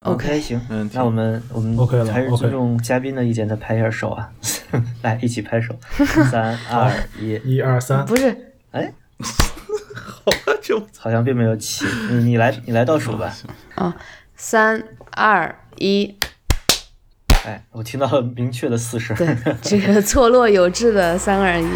OK， 行，那我们 OK 了， 还是尊重嘉宾的意见，再拍一下手啊！来，一起拍手，3、2、1， 1、2、3， 不是， 哎， 好吧，就好像并没有起，你来倒数吧。 3、2、1。 哎，我听到了明确的4声。 对，这个错落有致的3、2、1。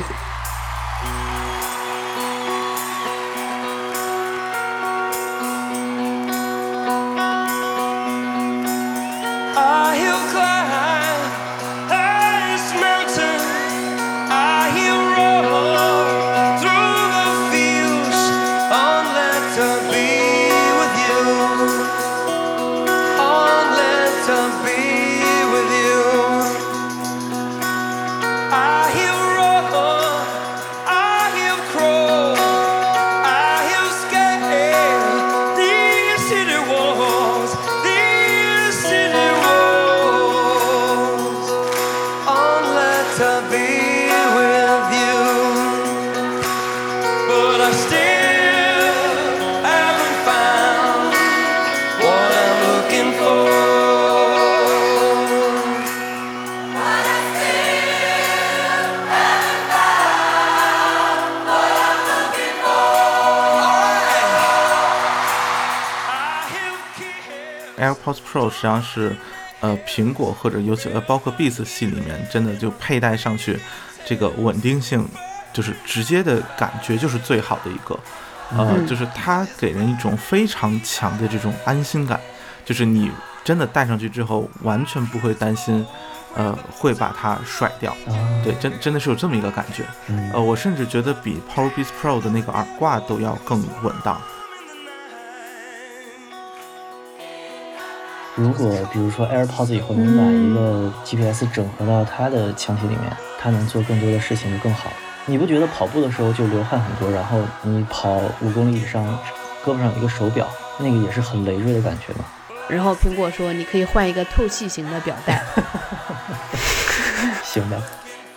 AirPods Pro 实际上是苹果或者尤其包括 Beats 系里面真的就佩戴上去这个稳定性就是直接的感觉就是最好的一个就是它给人一种非常强的这种安心感，就是你真的戴上去之后完全不会担心会把它甩掉，对，真的是有这么一个感觉。我甚至觉得比 Powerbeats Pro 的那个耳挂都要更稳当。 如果比如说 AirPods 以后能把一个 GPS 整合到它的腔体里面，它能做更多的事情就更好。你不觉得跑步的时候就流汗很多，然后你跑5公里以上，胳膊上有一个手表，那个也是很累赘的感觉吗？ 然后苹果说你可以换一个透气型的表带。 行吧。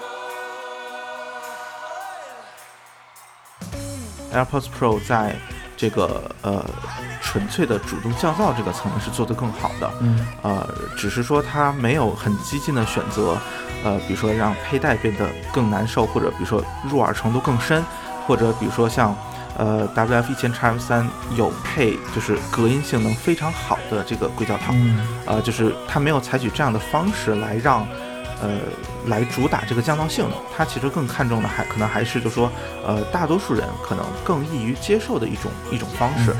AirPods Pro 在这个纯粹的主动降噪这个层面是做得更好的，只是说它没有很激进的选择，比如说让佩戴变得更难受，或者比如说入耳程度更深，或者比如说像WF-1000X-M3 有配就是隔音性能非常好的这个硅胶套，就是它没有采取这样的方式来让来主打这个降噪性能，它其实更看重的可能还是就说大多数人可能更易于接受的一种方式。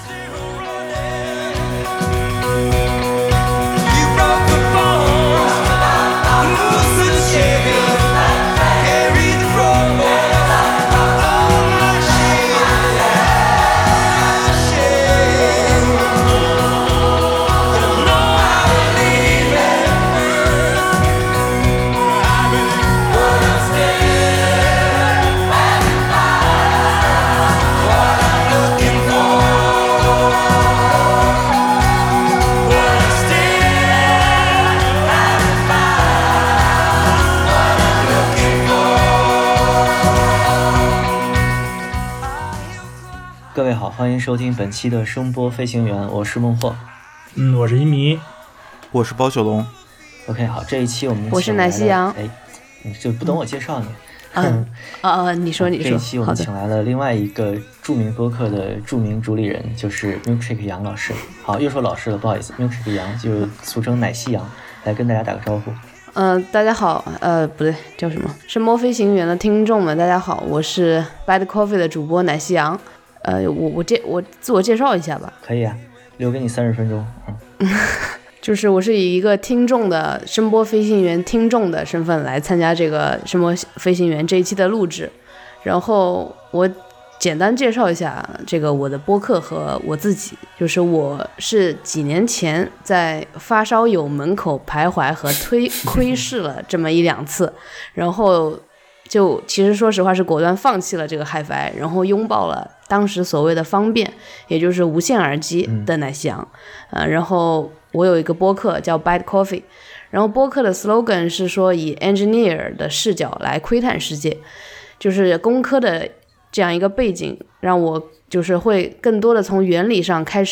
各位好，欢迎收听本期的声波飞行员，我是孟获。 我是一米， 我是包小龙。 OK， 好，这一期我们我是奶昔羊。 哎，你就不等我介绍你。 你说。 这一期我们请来了另外一个著名播客的著名主理人，就是 Milkshake 杨老师。好，又说老师了，不好意思 ，Milkshake 杨就俗称奶昔羊，来跟大家打个招呼。 大家好，不对，叫什么？声波飞行员的听众们，大家好，我是 Bad Coffee 的主播奶昔羊。我自我介绍一下吧。 可以啊，留给你30分钟。 就是我是以一个听众的声波飞行员听众的身份来参加这个声波飞行员这一期的录制，然后我简单介绍一下这个我的播客和我自己。就是我是几年前在发烧友门口徘徊和窥视了这么1-2次，然后就其实说实话是果断放弃了这个 HiFi， 然后拥抱了当时所谓的方便，也就是无线耳机的奶昔羊。然后我有一个播客叫 Bad Coffee， 然后播客的 slogan 是说以 engineer 的视角来窥探世界，就是工科的这样一个背景，让我就是会更多的从原理上开始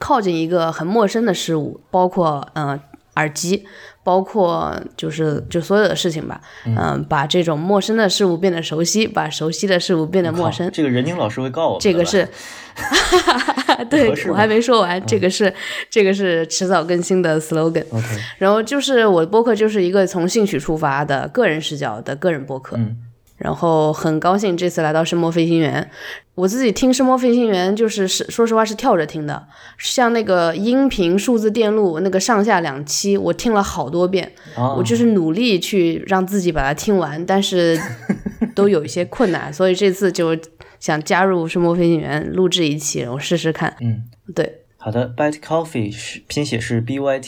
靠近一个很陌生的事物，包括耳机，包括就所有的事情吧，把这种陌生的事物变得熟悉，把熟悉的事物变得陌生。 这个任宁老师会告我们的。 这个是对，我还没说完，这个是迟早更新的 slogan。然后就是我的播客就是一个从兴趣出发的个人视角的个人播客。然后很高兴这次来到声波飞行员。我自己听声波飞行员就是说实话是跳着听的，像那个音频数字电路那个上下2期我听了好多遍，我就是努力去让自己把它听完，但是都有一些困难，所以这次就想加入声波飞行员录制一期，我试试看。对， 好的。 Byte Coffee 拼写是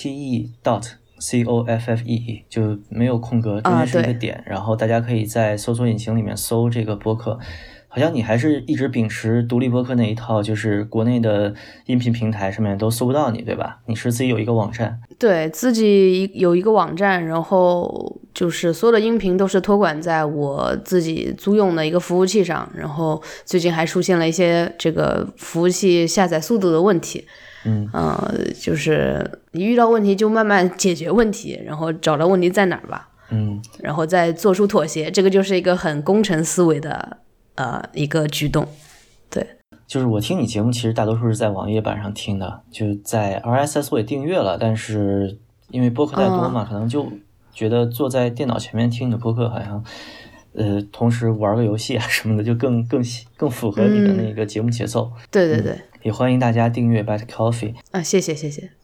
BYTE.COFFEE， 就没有空格，中间是一个点，然后大家可以在搜索引擎里面搜这个播客。好像你还是一直秉持独立播客那一套，就是国内的音频平台上面都搜不到你，对吧？你是自己有一个网站？ 对，自己有一个网站，然后就是所有的音频都是托管在我自己租用的一个服务器上，然后最近还出现了一些这个服务器下载速度的问题。就是你遇到问题就慢慢解决问题，然后找到问题在哪儿吧，然后再做出妥协，这个就是一个很工程思维的一个举动。对， 就是我听你节目其实大多数是在网页版上听的，就在 RSS 我也订阅了，但是因为播客太多嘛，可能就觉得坐在电脑前面听你的播客好像同时玩个游戏啊什么的就更符合你的那个节目节奏。 对对对， 也欢迎大家订阅 Byte Coffee 啊，谢谢谢谢。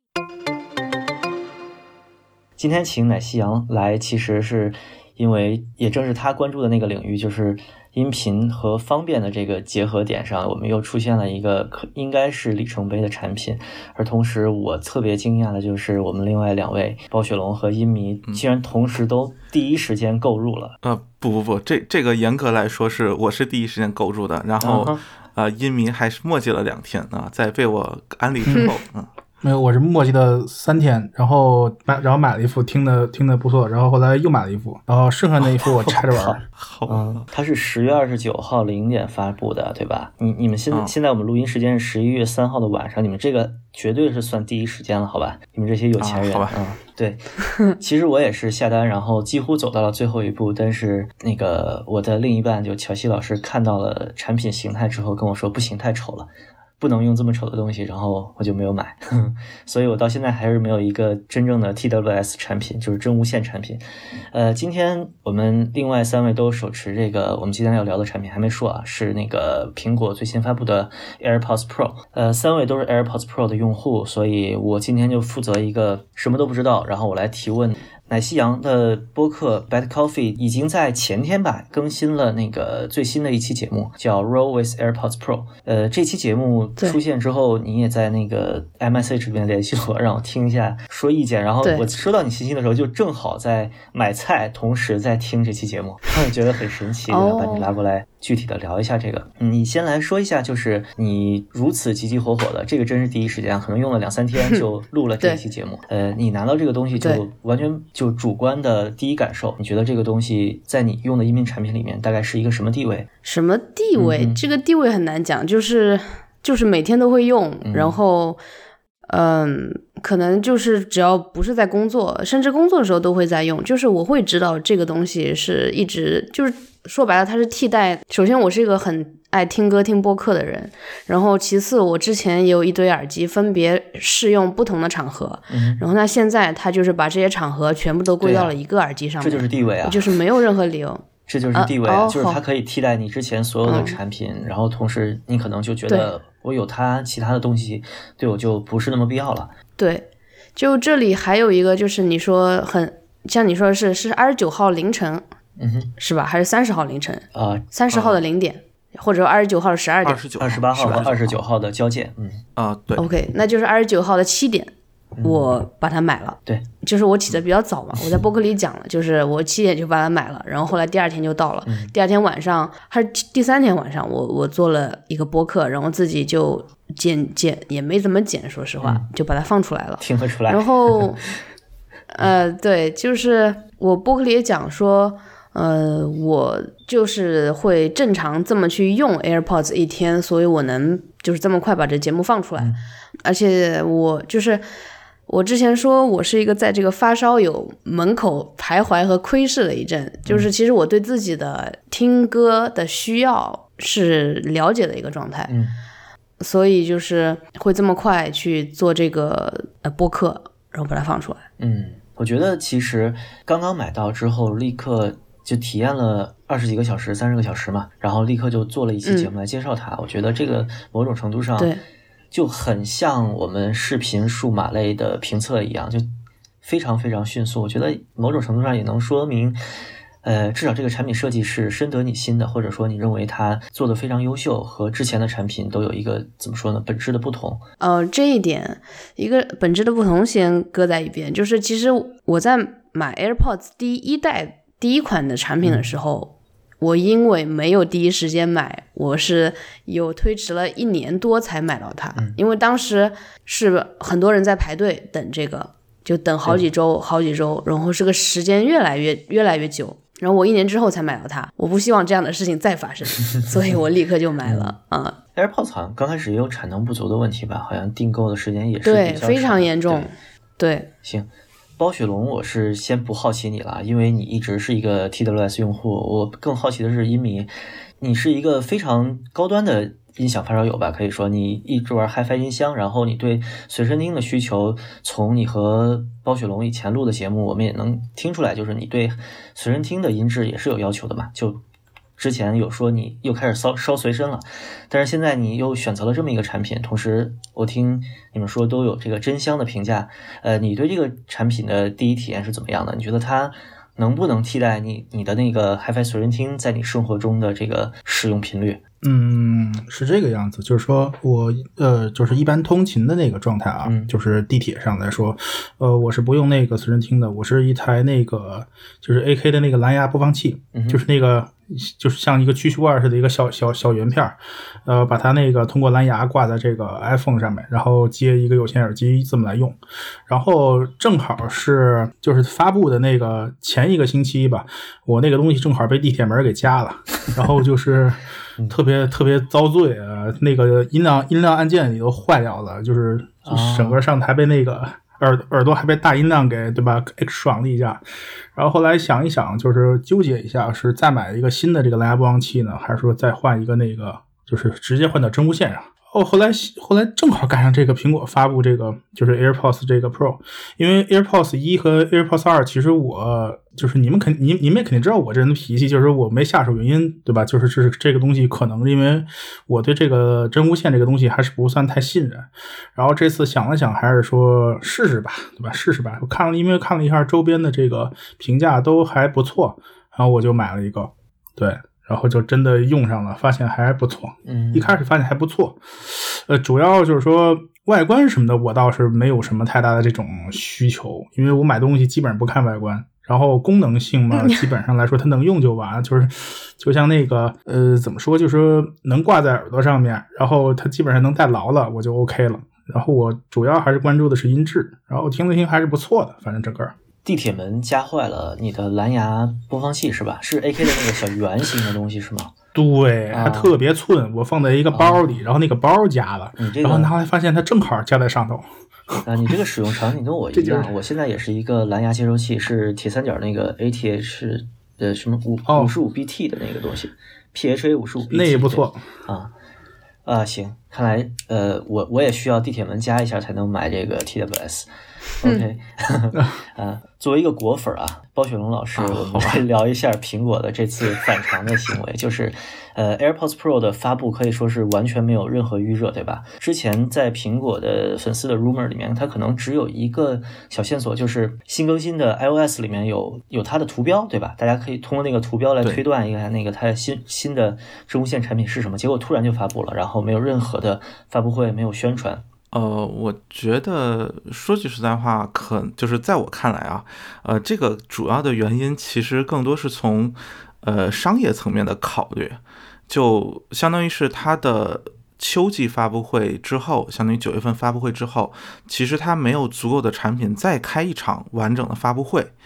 今天请奶昔羊来，其实是因为也正是他关注的那个领域，就是音频和方便的这个结合点上，我们又出现了一个应该是里程碑的产品。而同时我特别惊讶的就是我们另外2位暴雪龙和音迷竟然同时都第一时间购入了。 不，这个严格来说是我是第一时间购入的，然后音迷还是墨迹了2天啊，在被我安利之后没有，我是墨迹的3天，然后买了一副，听的不错，然后后来又买了一副，然后剩下那一副我拆着玩。 它是10月29号0点发布的，对吧？你们现在我们录音时间是11月3号的晚上，你们这个绝对是算第一时间了，好吧？你们这些有钱人。 好吧。 对，其实我也是下单，然后几乎走到了最后一步，但是那个我的另一半就乔西老师看到了产品形态之后跟我说，不行，太丑了，不能用这么丑的东西，然后我就没有买。所以我到现在还是没有一个真正的 TWS 产品，就是真无线产品。今天我们另外3位都手持这个我们今天要聊的产品，还没说啊，是那个苹果最新发布的 AirPods Pro。3位都是 AirPods Pro 的用户，所以我今天就负责一个什么都不知道，然后我来提问。奶昔羊的播客 Byte Coffee 已经在前天吧更新了那个最新的一期节目，叫 Roll with AirPods Pro。这期节目出现之后，你也在那个 MSH 里面联系我，让我听一下说意见。然后我收到你信息的时候，就正好在买菜，同时在听这期节目，我觉得很神奇，然后把你拉过来具体的聊一下这个。你先来说一下，就是你如此急急火火的，这个真是第一时间，可能用了2-3天就录了这一期节目。你拿到这个东西就完全就主观的第一感受，你觉得这个东西在你用的音频产品里面大概是一个什么地位？ 什么地位？这个地位很难讲，就是每天都会用，然后可能就是只要不是在工作，甚至工作的时候都会在用，就是我会知道这个东西是一直就是说白了它是替代。首先我是一个很爱听歌听播客的人，然后其次我之前也有一堆耳机分别适用不同的场合，然后那现在它就是把这些场合全部都归到了一个耳机上面， 这就是地位啊， 就是没有任何理由。 这就是地位就是它可以替代你之前所有的产品，然后同时你可能就觉得我有它其他的东西对我就不是那么必要了。对， 就这里还有一个就是你说像你说的是29号凌晨，是吧？还是30号凌晨？30号的0点，或者29号的12点 ，28号和29号的交界。 对。 OK， 那就是29号的7点。我把它买了， 对， 就是我起的比较早嘛，我在播客里讲了，就是我7点就把它买了，然后后来第2天就到了，第2天晚上还是第3天晚上，我做了一个播客，然后自己就剪也没怎么剪，说实话，就把它放出来了， 听得出来。 然后对，就是我播客里也讲说， 我就是会正常这么去用 AirPods 一天，所以我能就是这么快把这节目放出来。而且我之前说我是一个在这个发烧友门口徘徊和窥视了一阵，就是其实我对自己的听歌的需要是了解的一个状态，所以就是会这么快去做这个播客，然后把它放出来。 我觉得其实刚刚买到之后立刻就体验了20几个小时30个小时嘛，然后立刻就做了一期节目来介绍它。我觉得这个某种程度上就很像我们视频数码类的评测一样，就非常非常迅速。我觉得某种程度上也能说明至少这个产品设计是深得你心的，或者说你认为它做得非常优秀，和之前的产品都有一个怎么说呢，本质的不同。 这一点一个本质的不同先搁在一边，就是其实我在买 AirPods 第一款的产品的时候，我因为没有第一时间买，我是有推迟了1年多才买到它，因为当时是很多人在排队等这个，就等好几周，然后是个时间越来越久，然后我1年之后才买到它，我不希望这样的事情再发生，所以我立刻就买了。 AirPods 好像刚开始也有产能不足的问题吧，好像订购的时间也是对比较长， 非常严重。对， 行。包雪龙我是先不好奇你了，因为你一直是一个 TWS 用户，我更好奇的是音迷，你是一个非常高端的音响发烧友吧，可以说你一直玩 HiFi 音箱，然后你对随身听的需求，从你和包雪龙以前录的节目我们也能听出来，就是你对随身听的音质也是有要求的嘛，就之前有说你又开始烧随身了，但是现在你又选择了这么一个产品，同时我听你们说都有这个真香的评价，你对这个产品的第一体验是怎么样的？你觉得它能不能替代你的那个 HiFi 随身听在你生活中的这个使用频率？ 是这个样子，就是说我就是一般通勤的那个状态啊，就是地铁上来说，我是不用那个随身听的，我是一台那个就是 AK 的那个蓝牙播放器，就是那个就是像一个蛐蛐罐似的一个小圆片，把它那个通过蓝牙挂在这个 iPhone 上面，然后接一个有线耳机这么来用，然后正好是就是发布的那个前一个星期吧，我那个东西正好被地铁门给夹了，然后就是特别遭罪啊，那个音量按键也都坏掉了，就是整个上台被那个耳朵还被大音量给对吧给爽了一下，然后后来想一想，就是纠结一下，是再买一个新的这个蓝牙播放器呢，还是说再换一个那个就是直接换到真无线上。后来正好赶上这个苹果发布这个就是 AirPods 这个 Pro， 因为 AirPods 1和 AirPods 2其实我就是你们也肯定知道我这人的脾气，就是我没下手原因对吧，就是这个东西可能因为我对这个真无线这个东西还是不算太信任，然后这次想了想还是说试试吧对吧，试试吧，因为看了一下周边的这个评价都还不错，然后我就买了一个，对，然后就真的用上了，发现还不错。一开始发现还不错，主要就是说外观什么的，我倒是没有什么太大的这种需求，因为我买东西基本上不看外观。然后功能性嘛，基本上来说它能用就完，就像那个怎么说，就是说能挂在耳朵上面，然后它基本上能戴牢了，我就 OK 了。然后我主要还是关注的是音质，然后听了听还是不错的，反正整个。 地铁门夹坏了你的蓝牙播放器是吧？是 AK 的那个小圆形的东西是吗？ 对，它特别寸，我放在一个包里，然后那个包夹了，然后拿来发现它正好夹在上头。 你这个使用场景跟我一样，我现在也是一个蓝牙接收器，是铁三角那个 ATH 的什么55BT 的那个东西，PHA 55BT， 那也不错行，看来我也需要地铁门加一下才能买这个 TWS。OK， 作为一个果粉啊，包雪龙老师，我们来聊一下苹果的这次反常的行为，就是AirPods Pro 的发布可以说是完全没有任何预热，对吧？之前在苹果的粉丝的 rumor 里面，它可能只有一个小线索，就是新更新的 iOS 里面有它的图标，对吧？大家可以通过那个图标来推断一下那个它新的真无线产品是什么。结果突然就发布了，然后没有任何的发布会，没有宣传。 我觉得说句实在话，就是在我看来啊，这个主要的原因其实更多是从商业层面的考虑，就相当于是它的秋季发布会之后，相当于9月份发布会之后，其实它没有足够的产品再开一场完整的发布会。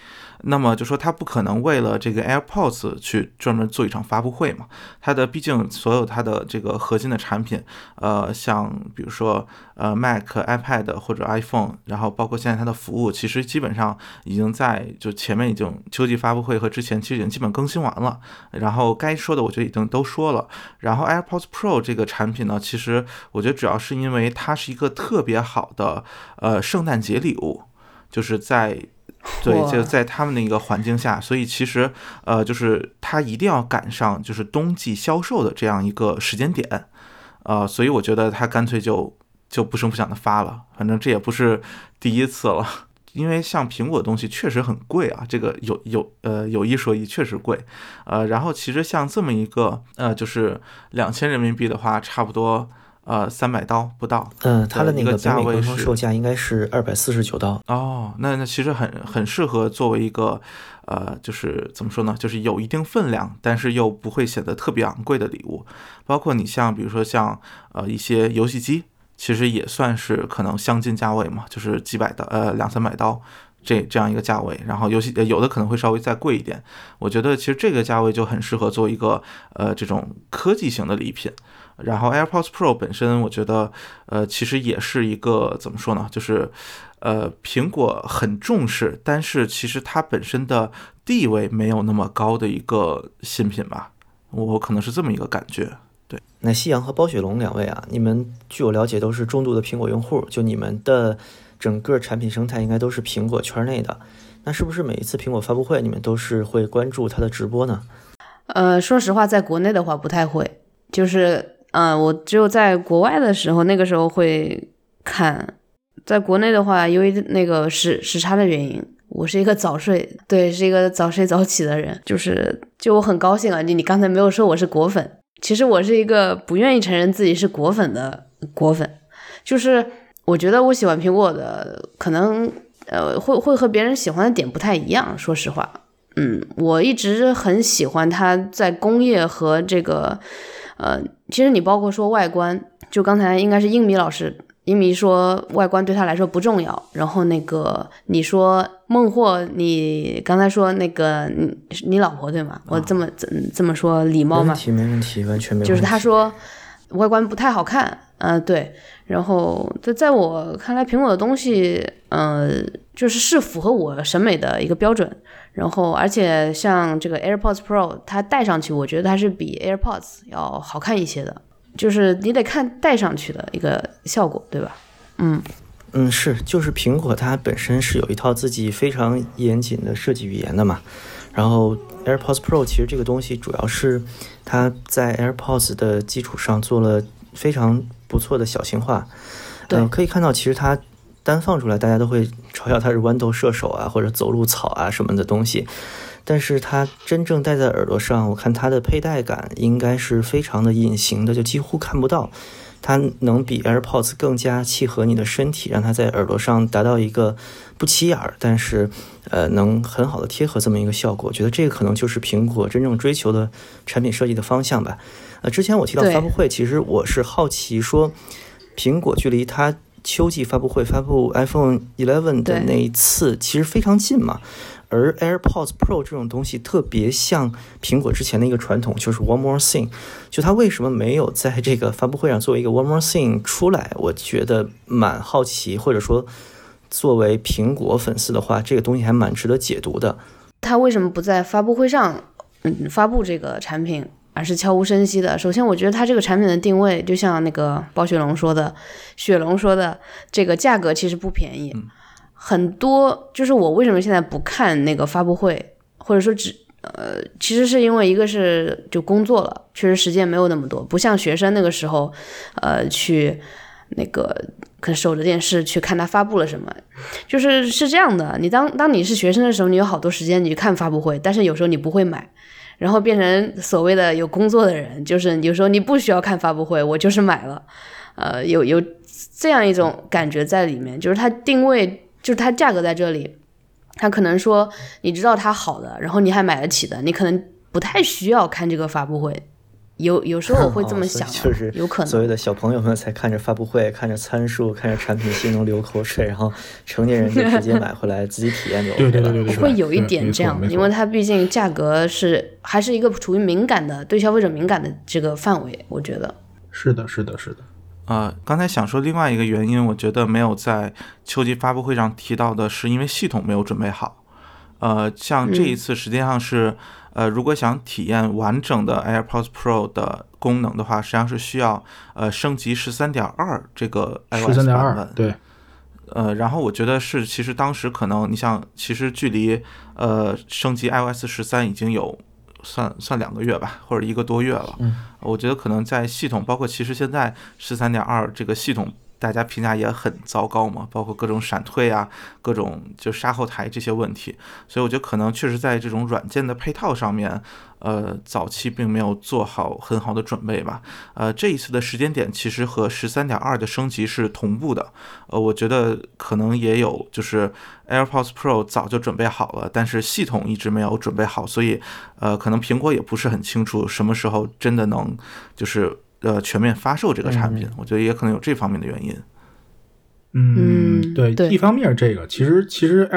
那么就说它不可能为了这个 AirPods 去专门做一场发布会嘛，它的毕竟所有它的这个核心的产品，像比如说Mac、iPad 或者 iPhone， 然后包括现在它的服务，其实基本上已经在就前面已经秋季发布会和之前其实已经基本更新完了，然后该说的我觉得已经都说了。然后 AirPods Pro 这个产品呢，其实我觉得主要是因为它是一个特别好的圣诞节礼物，就是就在他们的一个环境下，所以其实就是它一定要赶上就是冬季销售的这样一个时间点，所以我觉得它干脆就不声不响的发了，反正这也不是第一次了。因为像苹果的东西确实很贵啊，这个有一说一，确实贵。然后其实像这么一个就是2000人民币的话，差不多300刀不到。 它的那个价位是售价应该是249刀。 哦，那其实很适合作为一个就是怎么说呢，就是有一定分量，但是又不会显得特别昂贵的礼物。包括你像比如说像一些游戏机。其实也算是可能相近价位嘛，就是几百刀200-300刀这样一个价位，然后游戏有的可能会稍微再贵一点。我觉得其实这个价位就很适合做一个这种科技型的礼品。然后 AirPods Pro 本身我觉得其实也是一个怎么说呢，就是苹果很重视，但是其实它本身的地位没有那么高的一个新品吧，我可能是这么一个感觉。对， 那夕阳和包雪龙两位啊，你们据我了解都是重度的苹果用户，就你们的整个产品生态应该都是苹果圈内的，那是不是每一次苹果发布会你们都是会关注它的直播呢？ 说实话，在国内的话不太会，就是我只有在国外的时候，那个时候会看。在国内的话，由于那个时差的原因，我是一个早睡，对，是一个早睡早起的人，就我很高兴啊，你刚才没有说我是果粉。其实我是一个不愿意承认自己是果粉的果粉，就是我觉得我喜欢苹果的可能会和别人喜欢的点不太一样，说实话。我一直很喜欢它在工业和这个其实你包括说外观，就刚才应该是英米说外观对他来说不重要，然后那个你说孟获，你刚才说那个你老婆对吗？我这么说礼貌吗？ 没问题，完全没问题。 就是他说外观不太好看，对。然后在我看来，苹果的东西，就是符合我审美的一个标准。然后而且像这个 AirPods Pro， 它戴上去，我觉得它是比 AirPods 要好看一些的。就是你得看戴上去的一个效果，对吧？ 是，就是苹果它本身是有一套自己非常严谨的设计语言的嘛。然后 AirPods Pro 其实这个东西主要是它在 AirPods 的基础上做了非常不错的小型化。可以看到其实它单放出来，大家都会嘲笑它是豌豆射手啊，或者走路草啊什么的东西。但是它真正戴在耳朵上，我看它的佩戴感应该是非常的隐形的，就几乎看不到。它能比 AirPods 更加契合你的身体，让它在耳朵上达到一个不起眼但是能很好的贴合这么一个效果。我觉得这个可能就是苹果真正追求的产品设计的方向吧。之前我提到发布会，其实我是好奇说，苹果距离它秋季发布会发布 iPhone 11的那一次其实非常近嘛。而 AirPods Pro 这种东西特别像苹果之前的一个传统，就是 One More Thing， 就它为什么没有在这个发布会上做一个 One More Thing 出来，我觉得蛮好奇，或者说作为苹果粉丝的话，这个东西还蛮值得解读的。 它为什么不在发布会上发布这个产品，而是悄无声息的？首先我觉得它这个产品的定位，就像那个包雪龙说的，这个价格其实不便宜。很多就是我为什么现在不看那个发布会，或者说其实是因为一个是就工作了，确实时间没有那么多，不像学生那个时候去那个可能守着电视去看他发布了什么。是这样的，你当你是学生的时候，你有好多时间你去看发布会，但是有时候你不会买，然后变成所谓的有工作的人，就是有时候你不需要看发布会，我就是买了，有这样一种感觉在里面，就是它定位。就是它价格在这里，它可能说你知道它好的，然后你还买得起的，你可能不太需要看这个发布会。 有时候我会这么想， 就是有可能所谓的小朋友们才看着发布会，看着参数，看着产品性能流口水，然后成年人就直接买回来自己体验就 OK 了。 对， 会有一点这样，因为它毕竟价格还是一个处于敏感的，对消费者敏感的这个范围，我觉得是的。 刚才想说另外一个原因，我觉得没有在秋季发布会上提到的是因为系统没有准备好。像这一次实际上是如果想体验完整的 AirPods Pro 的功能的话，实际上是需要升级 13.2 这个 iOS 版本。 对。 然后我觉得是其实当时可能你像其实距离升级 iOS 13已经有算2个月吧，或者1个多月了。我觉得可能在系统包括其实现在 13.2 这个系统大家评价也很糟糕嘛，包括各种闪退啊，各种就杀后台这些问题，所以我觉得可能确实在这种软件的配套上面早期并没有做好很好的准备吧。这一次的时间点其实和 13.2 的升级是同步的。我觉得可能也有就是 AirPods Pro 早就准备好了，但是系统一直没有准备好，所以可能苹果也不是很清楚什么时候真的能就是全面发售这个产品。我觉得也可能有这方面的原因。 对，一方面这个其实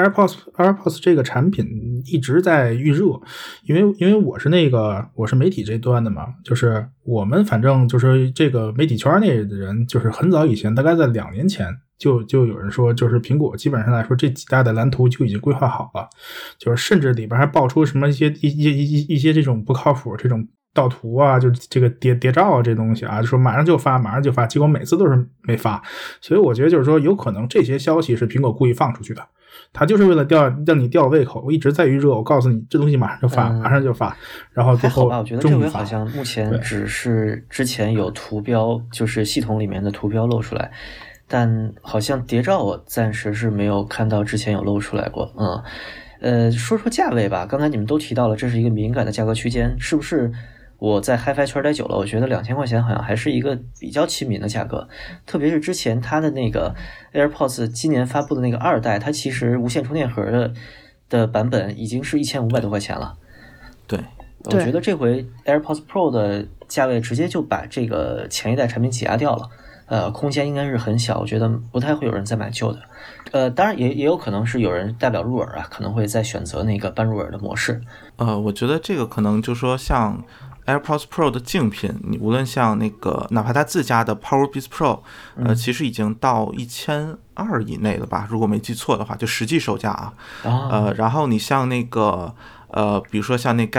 AirPods 这个产品一直在预热，因为我是媒体这端的嘛，就是我们反正就是这个媒体圈内的人，就是很早以前，大概在2年前就有人说，就是苹果基本上来说这几代的蓝图就已经规划好了，就是甚至里边还爆出什么一些这种不靠谱这种盗图啊，就是这个谍照啊，这东西啊，就说马上就发，结果每次都是没发。所以我觉得就是说，有可能这些消息是苹果故意放出去的，他就是为了让你吊胃口。我一直在预热，我告诉你这东西马上就发，然后最后还好吧，我觉得这回好像目前只是之前有图标，就是系统里面的图标露出来，但好像谍照我暂时是没有看到之前有露出来过。说价位吧，刚才你们都提到了，这是一个敏感的价格区间，是不是？我在 HiFi 圈待久了，我觉得2000块钱好像还是一个比较亲民的价格，特别是之前它的那个 AirPods 今年发布的那个2代，它其实无线充电盒的版本已经是1500多块钱了。 对， 我觉得这回 AirPods Pro 的价位直接就把这个前一代产品挤压掉了，空间应该是很小，我觉得不太会有人再买旧的。当然也有可能是有人代表入耳啊，可能会再选择那个半入耳的模式。 我觉得这个可能就说像AirPods Pro 的竞品，你无论像那个哪怕它自家的 Powerbeats Pro，其实已经到1200以内了吧，如果没记错的话，就实际售价啊。然后你像那个比如说像那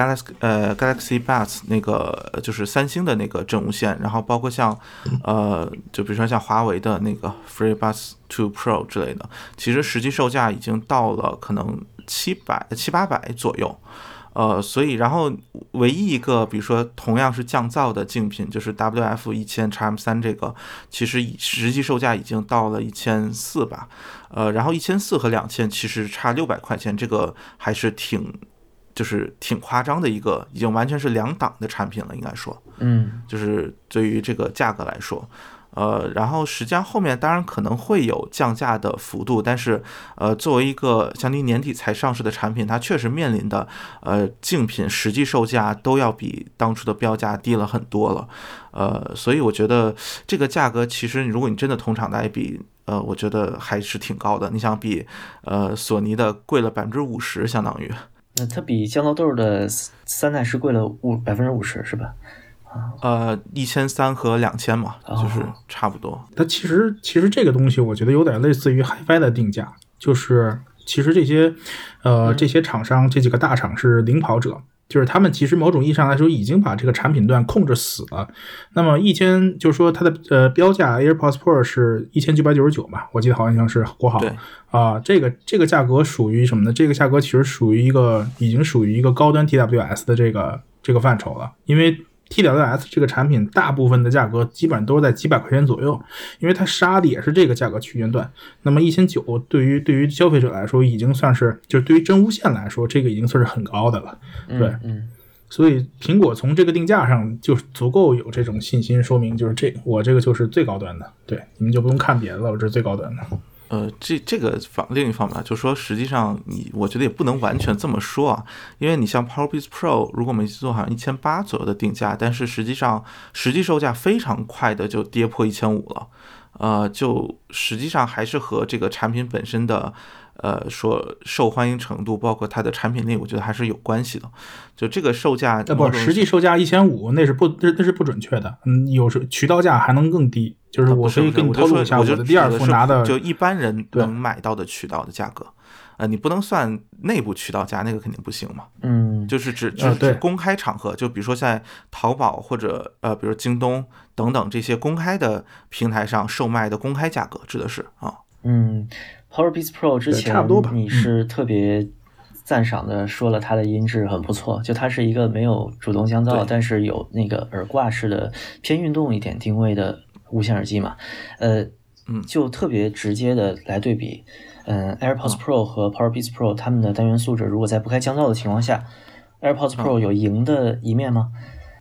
Galaxy Buds 那个就是三星的那个真无线，然后包括像就比如说像华为的那个 FreeBuds 2 Pro 之类的，其实实际售价已经到了可能700-800左右。所以然后唯一一个比如说同样是降噪的竞品就是 WF-1000X-M3 这个，其实实际售价已经到了1400吧。然后1400和2000其实差600块钱，这个还是挺夸张的一个，已经完全是2档的产品了，应该说。就是对于这个价格来说。然后实际上后面当然可能会有降价的幅度，但是作为一个将近年底才上市的产品，它确实面临的竞品实际售价都要比当初的标价低了很多了。所以我觉得这个价格其实如果你真的同场来比，我觉得还是挺高的。你想比索尼的贵了50%，相当于。 那它比降噪豆的3代是贵了50%是吧 ？1300和2000嘛，就是差不多。 它其实这个东西，我觉得有点类似于 HiFi 的定价，就是其实这些厂商这几个大厂是领跑者，就是他们其实某种意义上来说已经把这个产品段控制死了。那么就是说它的标价 AirPods Pro 是1999吧，我记得好像是国行这个价格属于什么呢？这个价格其实已经属于一个高端 TWS 的这个范畴了，因为TWS 这个产品大部分的价格基本上都是在几百块钱左右，因为它杀的也是这个价格区间段。那么1900对于消费者来说已经算是，就是对于真无线来说，这个已经算是很高的了。对，所以苹果从这个定价上就足够有这种信心，说明就是我这个就是最高端的。对，你们就不用看别的了，我这是最高端的。 这个另一方面就是说，实际上我觉得也不能完全这么说啊，因为你像 PowerBeats Pro， 如果没记错，好像1800左右的定价，但是实际上实际售价非常快的就跌破1500了，就实际上还是和这个产品本身的说受欢迎程度，包括它的产品力，我觉得还是有关系的。就这个售价， 不，实际售价1500，那是不准确的。有时渠道价还能更低。就是我可以跟你透露一下，我的第二副拿的就一般人能买到的渠道的价格。你不能算内部渠道价，那个肯定不行嘛。就是指公开场合，就比如说在淘宝或者比如京东等等这些公开的平台上售卖的公开价格，指的是啊。 PowerBeats Pro 之前差不多吧， 你是特别赞赏的说了它的音质很不错，就它是一个没有主动降噪，但是有那个耳挂式的偏运动一点定位的无线耳机嘛，就特别直接的来对比，AirPods Pro 和 PowerBeats Pro 它们的单元素质，如果在不开降噪的情况下，AirPods Pro 有赢的一面吗？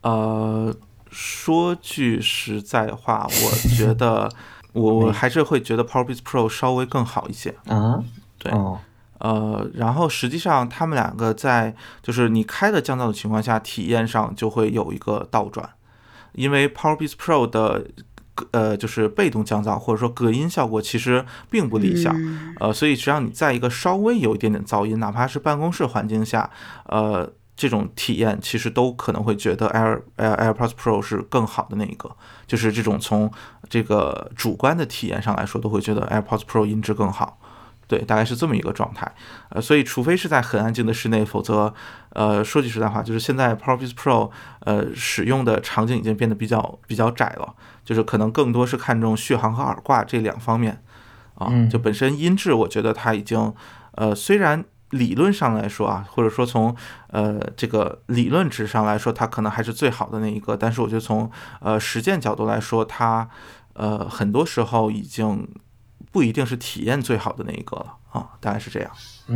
说句实在话，我觉得我还是会觉得 PowerBeats Pro 稍微更好一些啊。 对，然后实际上他们两个在就是你开的降噪的情况下，体验上就会有一个倒转，因为 PowerBeats Pro 的就是被动降噪或者说隔音效果其实并不理想，所以只要你在一个稍微有一点点噪音，哪怕是办公室环境下，这种体验其实都可能会觉得 AirPods Pro 是更好的那一个，就是这种从这个主观的体验上来说，都会觉得 AirPods Pro 音质更好。对，大概是这么一个状态。所以除非是在很安静的室内，否则说句实在话，就是现在 PowerBeats Pro 使用的场景已经变得比较窄了，就是可能更多是看重续航和耳挂这两方面啊。就本身音质，我觉得它已经虽然理论上来说啊，或者说从这个理论值上来说，它可能还是最好的那一个，但是我觉得从实践角度来说，它很多时候已经不一定是体验最好的那一个了啊，大概是这样。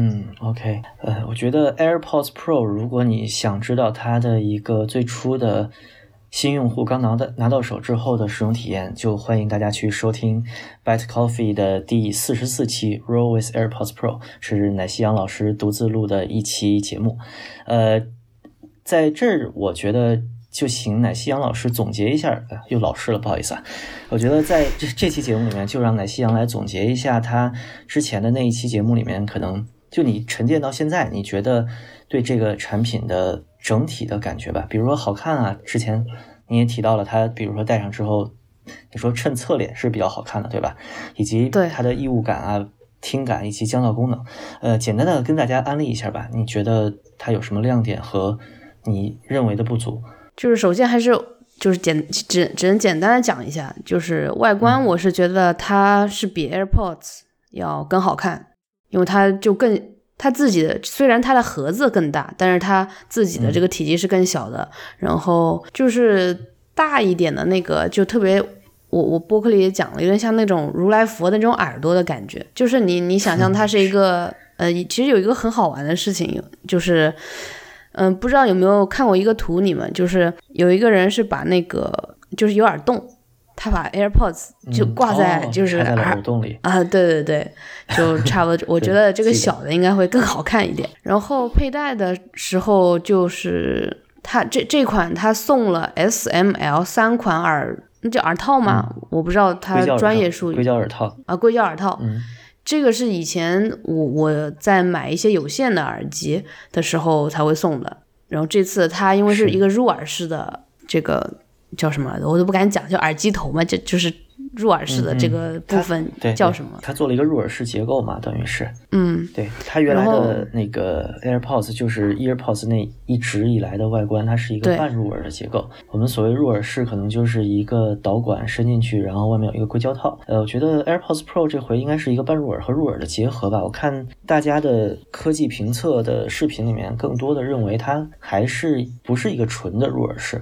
OK， 我觉得 AirPods Pro 如果你想知道它的一个最初的新用户刚拿到手之后的使用体验，就欢迎大家去收听 Byte Coffee 的第44期 Roll with AirPods Pro， 是乃西阳老师独自录的一期节目。在这儿我觉得就请乃西阳老师总结一下，又老师了，不好意思啊。我觉得在这期节目里面，就让乃西阳来总结一下他之前的那一期节目里面，可能就你沉淀到现在，你觉得对这个产品的整体的感觉吧，比如说好看啊，之前你也提到了它，比如说戴上之后，你说衬侧脸是比较好看的，对吧？以及它的异物感啊、听感以及降噪功能，简单的跟大家安利一下吧。你觉得它有什么亮点和你认为的不足？ 就是首先还是就是只能简单的讲一下，就是外观我是觉得它是比 AirPods 要更好看，因为它就更它自己的，虽然它的盒子更大，但是它自己的这个体积是更小的，然后就是大一点的那个就特别，我播客里也讲了，有点像那种如来佛的那种耳朵的感觉，就是你想象它是一个其实有一个很好玩的事情，就是不知道有没有看过一个图，你们就是有一个人是把那个就是有耳洞，他把 AirPods 就挂在就是耳洞里啊，对，就差不多。我觉得这个小的应该会更好看一点。然后佩戴的时候就是它这款它送了 SML 3款那叫耳套吗？我不知道它专业术语。 硅胶耳套啊，硅胶耳套。这个是以前我在买一些有线的耳机的时候才会送的，然后这次它因为是一个入耳式的这个叫什么我都不敢讲，叫耳机头嘛，就是入耳式的这个部分叫什么？ 它做了一个入耳式结构嘛，等于是。对，它原来的那个 AirPods 就是 EarPods 那一直以来的外观，它是一个半入耳的结构。我们所谓入耳式可能就是一个导管伸进去，然后外面有一个硅胶套。我觉得 AirPods Pro 这回应该是一个半入耳和入耳的结合吧。我看大家的科技评测的视频里面，更多的认为它还是不是一个纯的入耳式。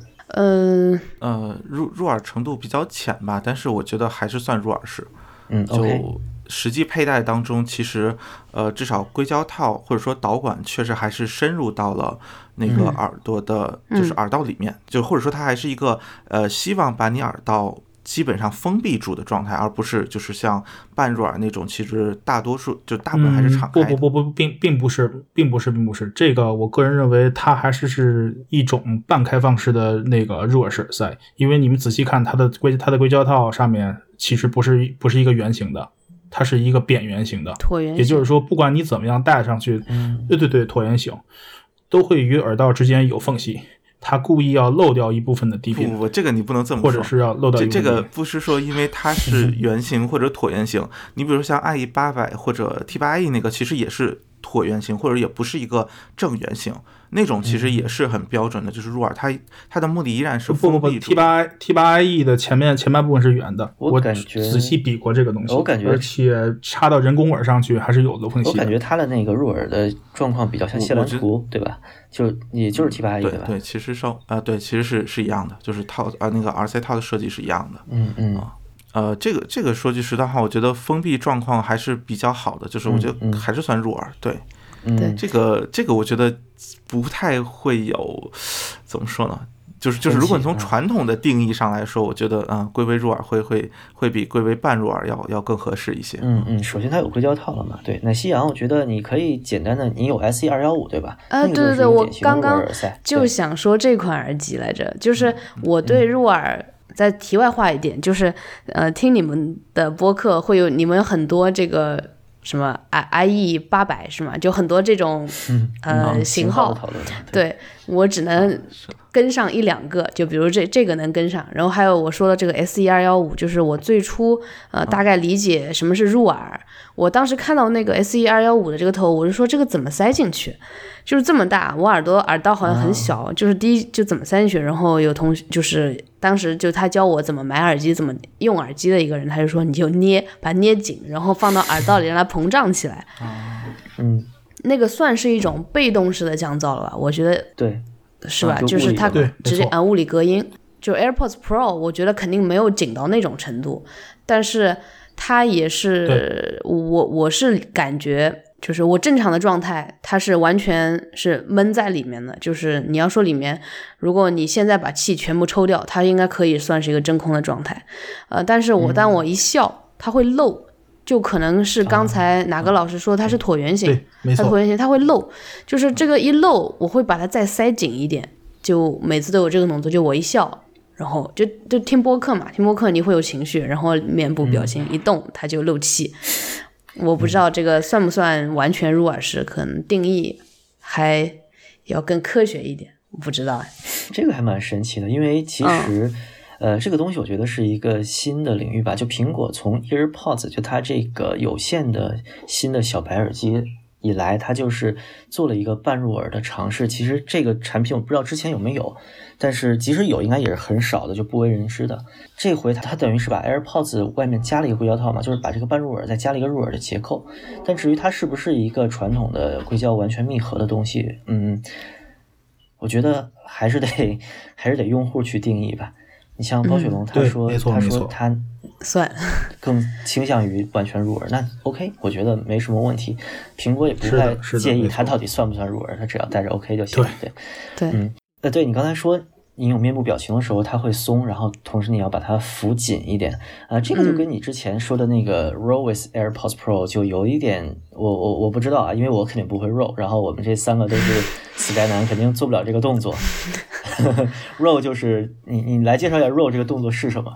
入耳程度比较浅吧，但是我觉得还是算入耳式。 就实际佩戴当中，其实至少硅胶套或者说导管确实还是深入到了那个耳朵的，就是耳道里面，就或者说它还是一个希望把你耳道基本上封闭住的状态，而不是就是像半入耳那种，其实大多数就大部分还是敞开的。 并不是，这个我个人认为它还是一种半开放式的那个入耳式耳塞，因为你们仔细看它的硅胶套上面其实不是一个圆形的，它是一个扁圆形的， 椭圆形， 也就是说不管你怎么样戴上去，对，椭圆形都会与耳道之间有缝隙。他故意要漏掉一部分的低频， 不，这个你不能这么说， 或者是要漏掉一部分这个不是说因为它是圆形或者椭圆形，你比如说像 IE800 或者 T8E 那个，其实也是椭圆形，或者也不是一个正圆形，那种其实也是很标准的，就是入耳它的目的依然是封闭住。 T8E 的前半部分是圆的， 我感觉仔细比过这个东西， 我感觉而且插到人工耳上去还是有漏缝隙的。 我感觉它的那个入耳的状况比较像谢兰图，对吧？也就是 T8E 对吧？ 对，其实对，其实是一样的，就是套那个耳塞套的设计是一样的。这个说句实在话，我觉得封闭状况还是比较好的，就是我觉得还是算入耳。对，这个我觉得不太会有，怎么说呢？就是如果你从传统的定义上来说，我觉得龟微入耳会比龟微半入耳要更合适一些。 首先它有硅胶套了嘛，对。那西洋我觉得你可以简单的，你有 SE215 对吧？ 对，我刚刚就想说这款耳机来着，就是我对入耳。再题外话一点，就是听你们的播客会有你们有很多这个什么 IE800 是吗？就很多这种型号，对，我只能跟上一两个，就比如这个能跟上，然后还有我说的这个 SE215，就是我最初大概理解什么是入耳。我当时看到那个 SE215的这个头，我就说这个怎么塞进去？就是这么大，我耳道好像很小，就是第一就怎么塞进去。然后有同学就是当时就他教我怎么买耳机、怎么用耳机的一个人，他就说你就把它捏紧，然后放到耳道里让它膨胀起来。那个算是一种被动式的降噪了吧？我觉得对， 是吧？就是它直接物理隔音。就 AirPods Pro， 我觉得肯定没有紧到那种程度，但是它也是我是感觉。就是我正常的状态，它是完全是闷在里面的。就是你要说里面，如果你现在把气全部抽掉，它应该可以算是一个真空的状态。但是当我一笑，它会漏，就可能是刚才哪个老师说它是椭圆形， 对，没错， 它椭圆形它会漏，就是这个一漏，我会把它再塞紧一点，就每次都有这个动作，就我一笑。然后就听播客嘛，听播客你会有情绪，然后面部表情一动，它就漏气。我不知道这个算不算完全入耳式，可能定义还要更科学一点，我不知道。 这个还蛮神奇的，因为其实这个东西我觉得是一个新的领域吧。就苹果从 EarPods 就它这个有线的新的小白耳机以来，它就是做了一个半入耳的尝试。其实这个产品我不知道之前有没有，但是即使有应该也是很少的，就不为人知的。这回它等于是把 AirPods 外面加了一个硅胶套嘛，就是把这个半入耳再加了一个入耳的结构。但至于它是不是一个传统的硅胶完全密合的东西，我觉得还是得用户去定义吧。你像包雪龙他说他算更倾向于完全入耳，那 OK， 我觉得没什么问题。苹果也不太介意它到底算不算入耳，它只要带着 OK 就行。对，对你刚才说你有面部表情的时候它会松，然后同时你要把它扶紧一点这个就跟你之前说的那个 Roll with AirPods Pro 就有一点我不知道啊，因为我肯定不会 roll， 然后我们这三个都是死宅男，肯定做不了这个动作。roll 就是你来介绍一下 roll 这个动作是什么。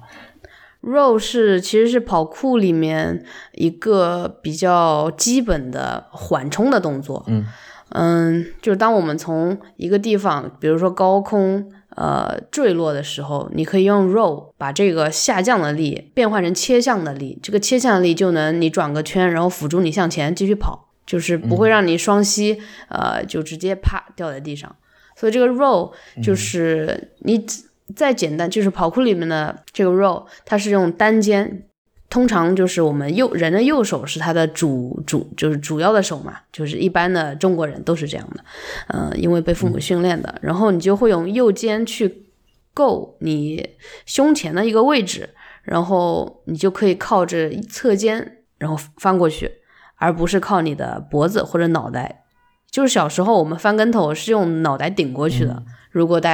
roll 其实是跑酷里面一个比较基本的缓冲的动作。就是当我们从一个地方比如说高空坠落的时候，你可以用 roll 把这个下降的力变换成切向的力，这个切向的力就能你转个圈，然后辅助你向前继续跑，就是不会让你双膝就直接啪掉在地上。所以这个 roll 就是你再简单，就是跑酷里面的这个 roll 它是用单肩，通常就是我们人的右手是它的就是主要的手嘛，就是一般的中国人都是这样的，因为被父母训练的。然后你就会用右肩去够你胸前的一个位置，然后你就可以靠着侧肩然后翻过去，而不是靠你的脖子或者脑袋。就是小时候我们翻跟头是用脑袋顶过去的，如果大家有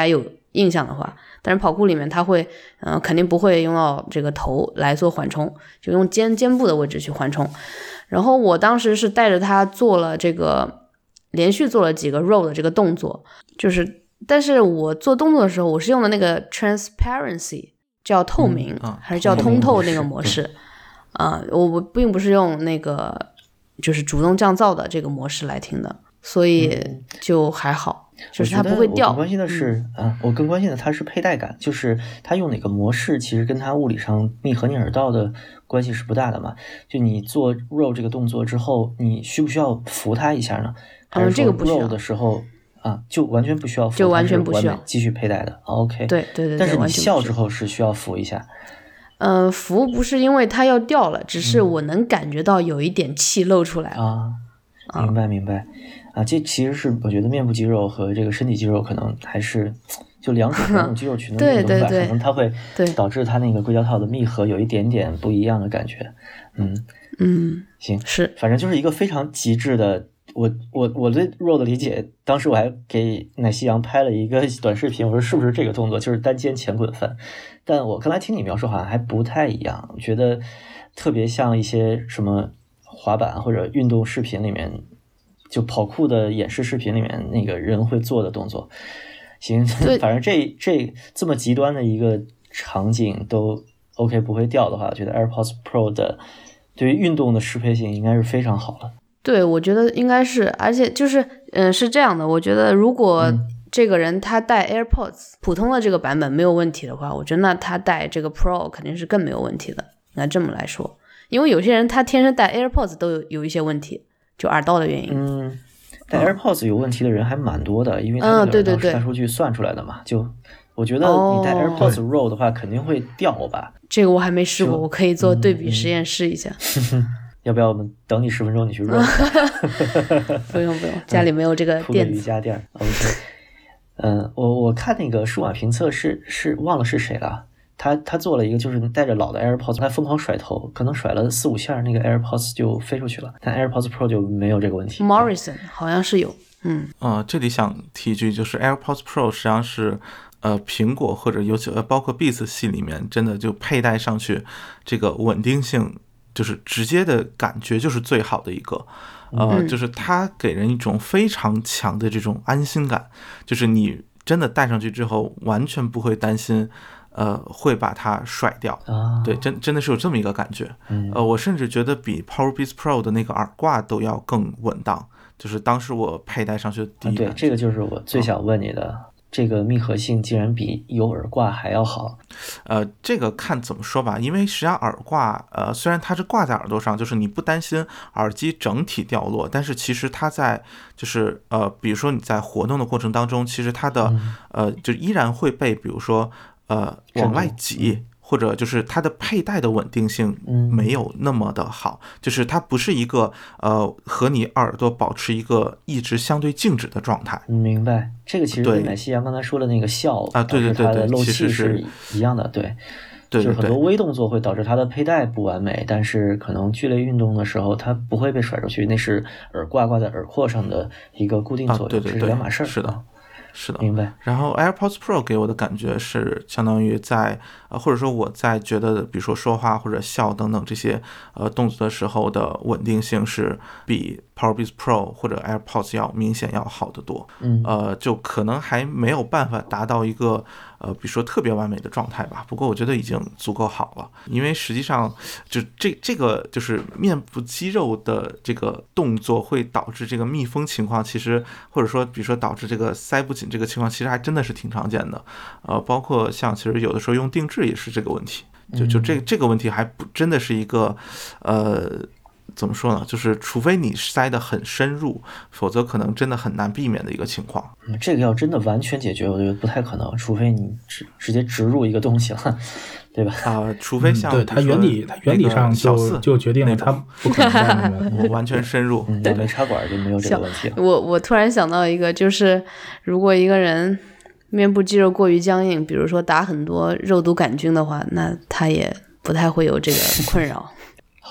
印象的话，但是跑酷里面它会肯定不会用到这个头来做缓冲，就用肩部的位置去缓冲。然后我当时是带着它做了这个连续做了几个 roll 的这个动作，就是但是我做动作的时候我是用的那个 transparency 叫透明、还是叫通透那个模式我并不是用那个就是主动降噪的这个模式来听的，所以就还好，就是它不会掉。 我更关心的是我更关心的它是佩戴感，就是它用哪个模式其实跟它物理上密合你耳道的关系是不大的嘛。就你做 roll 这个动作之后，你需不需要扶它一下呢？还是说 roll 的时候就完全不需要扶， 就完全不需要继续佩戴的。OK， 对对对， 但是你笑之后是需要扶一下。 扶不是因为它要掉了，只是我能感觉到有一点气漏出来了。 明白明白这其实是我觉得面部肌肉和这个身体肌肉可能还是就两种肌肉群的运动吧，可能它会导致它那个硅胶套的密合有一点点不一样的感觉。行， 是， 反正就是一个非常极致的。我对 roll 的理解，当时我还给奶昔羊拍了一个短视频，我说是不是这个动作就是单肩前滚翻，但我刚才听你描述好像还不太一样，我觉得特别像一些什么滑板或者运动视频里面，就跑酷的演示视频里面那个人会做的动作。行，反正这么极端的一个场景都 OK 不会掉的话，我觉得 AirPods Pro 的对于运动的适配性应该是非常好了。 对，我觉得应该是，而且就是是这样的，我觉得如果这个人他带 AirPods 普通的这个版本没有问题的话，我觉得那他带这个 Pro 肯定是更没有问题的。应该这么来说，因为有些人他天生带 AirPods 都有一些问题，就耳道的原因。 带 AirPods 有问题的人还蛮多的，因为它那个大数据算出来的嘛。就我觉得你带 AirPods roll 的话肯定会掉吧。 这个我还没试过，我可以做对比实验试一下。 要不要我们等你10分钟你去 roll？ 不用，家里没有这个垫子。 瑜伽垫。OK。我看那个数码评测是忘了是谁了。他做了一个就是带着老的 AirPods， 他疯狂甩头，可能甩了4-5下，那个 AirPods 就飞出去了。但 AirPods Pro 就没有这个问题。 Morrison 好像是有。 这里想提一句，就是 AirPods Pro 实际上是苹果或者尤其包括 Beats 系里面真的就佩戴上去这个稳定性就是直接的感觉就是最好的一个。就是它给人一种非常强的这种安心感，就是你真的戴上去之后完全不会担心会把它甩掉。对，真的是有这么一个感觉。我甚至觉得比 Powerbeats Pro 的那个耳挂都要更稳当，就是当时我佩戴上去的第一感觉。 对，这个就是我最想问你的。这个密合性竟然比有耳挂还要好。 这个看怎么说吧，因为实际上耳挂虽然它是挂在耳朵上，就是你不担心耳机整体掉落，但是其实它在就是比如说你在活动的过程当中，其实它的就依然会被比如说往外挤。或者就是它的佩戴的稳定性没有那么的好，就是它不是一个和你耳朵保持一个一直相对静止的状态。 明白，这个其实跟奶昔羊刚才说的那个笑对， 它的漏气是一样的。对，就是很多微动作会导致它的佩戴不完美，但是可能剧烈运动的时候它不会被甩出去，那是耳挂在耳廓上的一个固定作用，这是两码事儿。 是的， 明白。 然后 AirPods Pro 给我的感觉是相当于在或者说我在觉得比如说说话或者笑等等这些动作的时候的稳定性是比 Powerbeats Pro 或者 AirPods 要明显要好得多。就可能还没有办法达到一个比如说特别完美的状态吧，不过我觉得已经足够好了。因为实际上就这个就是面部肌肉的这个动作会导致这个密封情况，其实或者说比如说导致这个塞不紧这个情况，其实还真的是挺常见的。包括像其实有的时候用定制也是这个问题，就这个问题还不真的是一个怎么说呢，就是除非你塞得很深入，否则可能真的很难避免的一个情况。 这个要真的完全解决我觉得不太可能，除非你直接植入一个东西了，对吧？ 除非像对它原理上就决定了它不可能完全深入。 对，没插管就没有这个问题了。 我突然想到一个，就是如果一个人面部肌肉过于僵硬，比如说打很多肉毒杆菌的话，那他也不太会有这个困扰。 好吧，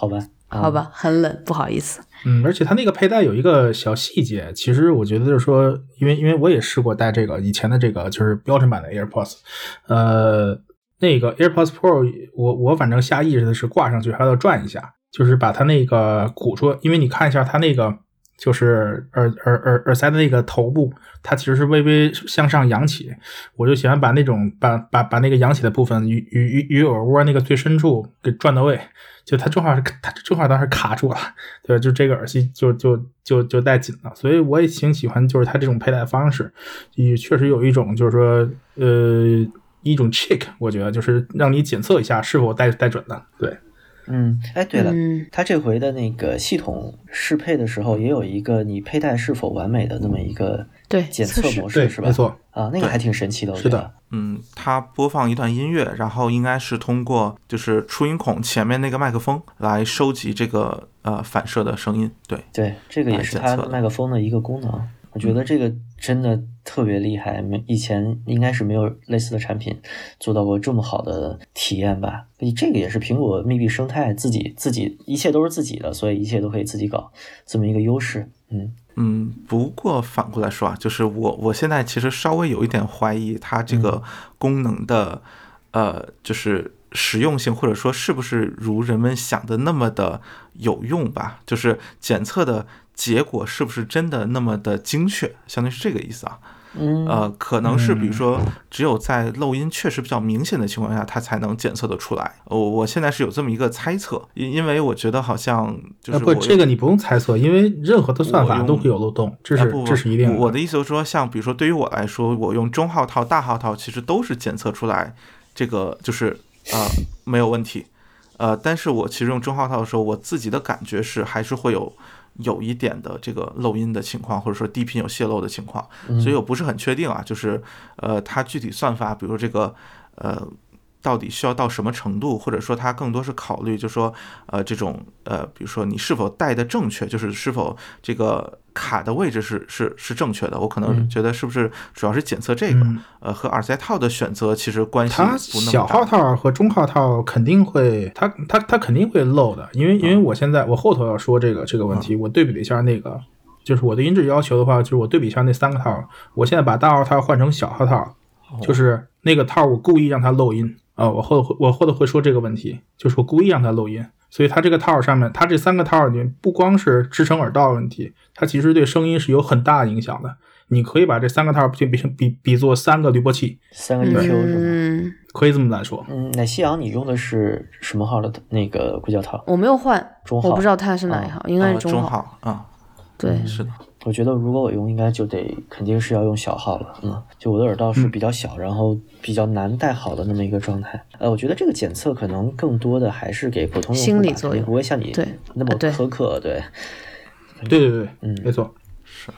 好吧，很冷，不好意思。 而且它那个佩戴有一个小细节，其实我觉得就是说，因为我也试过戴这个以前的这个就是标准版的 AirPods，那个 AirPods Pro， 我反正下意识的是挂上去还要转一下，就是把它那个鼓出，因为你看一下它那个就是耳塞的那个头部，它其实是微微向上扬起，我就喜欢把那种把那个扬起的部分与耳蜗那个最深处给转到位，就它正好当时卡住了，对，就这个耳机就戴紧了，所以我也挺喜欢就是它这种佩戴方式，也确实有一种就是说一种 check， 我觉得就是让你检测一下是否戴准的，对。 对了，它这回的那个系统适配的时候也有一个你佩戴是否完美的那么一个检测模式，是吧？ 没错那个还挺神奇的，我觉得。 是的， 它播放一段音乐，然后应该是通过就是出音孔前面那个麦克风来收集这个反射的声音，对， 这个也是它麦克风的一个功能。我觉得这个真的特别厉害，以前应该是没有类似的产品做到过这么好的体验吧。这个也是苹果密闭生态自己一切都是自己的，所以一切都可以自己搞，这么一个优势。 不过反过来说啊，就是我现在其实稍微有一点怀疑它这个功能的就是实用性，或者说是不是如人们想的那么的有用吧，就是检测的结果是不是真的那么的精确，相当于是这个意思啊。可能是比如说只有在漏音确实比较明显的情况下它才能检测得出来，我现在是有这么一个猜测，因为我觉得好像就是这个你不用猜测，因为任何的算法都会有漏洞，这是一定的。 我的意思就是说，像比如说对于我来说，我用中号套大号套其实都是检测出来这个就是没有问题，但是我其实用中号套的时候，我自己的感觉是还是会有一点的这个漏音的情况，或者说低频有泄漏的情况，所以我不是很确定啊，就是它具体算法，比如说这个到底需要到什么程度，或者说它更多是考虑就是说这种比如说你是否戴的正确，就是是否这个卡的位置是正确的，我可能觉得是不是主要是检测这个和耳塞套的选择其实关系不那么大。 它小号套和中号套肯定会它肯定会漏的，因为我后头要说这个问题，我对比了一下那个就是我的音质要求的话，就是我对比一下那3个套，我现在把大号套换成小号套，就是那个套我故意让它漏音我后头会说这个问题，就是我故意让它漏音，所以它这个套上面，它这3个套里面不光是支撑耳道问题，它其实对声音是有很大影响的。你可以把这3个套比作3个滤波器 ，3个 EQ 是吗？ 可以这么来说。 那夕阳你用的是什么号的那个硅胶套？ 我没有换， 中号， 我不知道它是哪一号，应该是中号啊。 对， 是的。 我觉得如果我用，应该就肯定是要用小号了。就我的耳道是比较小，然后比较难戴好的那么一个状态。我觉得这个检测可能更多的还是给普通用户心理作用， 不会像你那么苛刻。对， 没错， 是。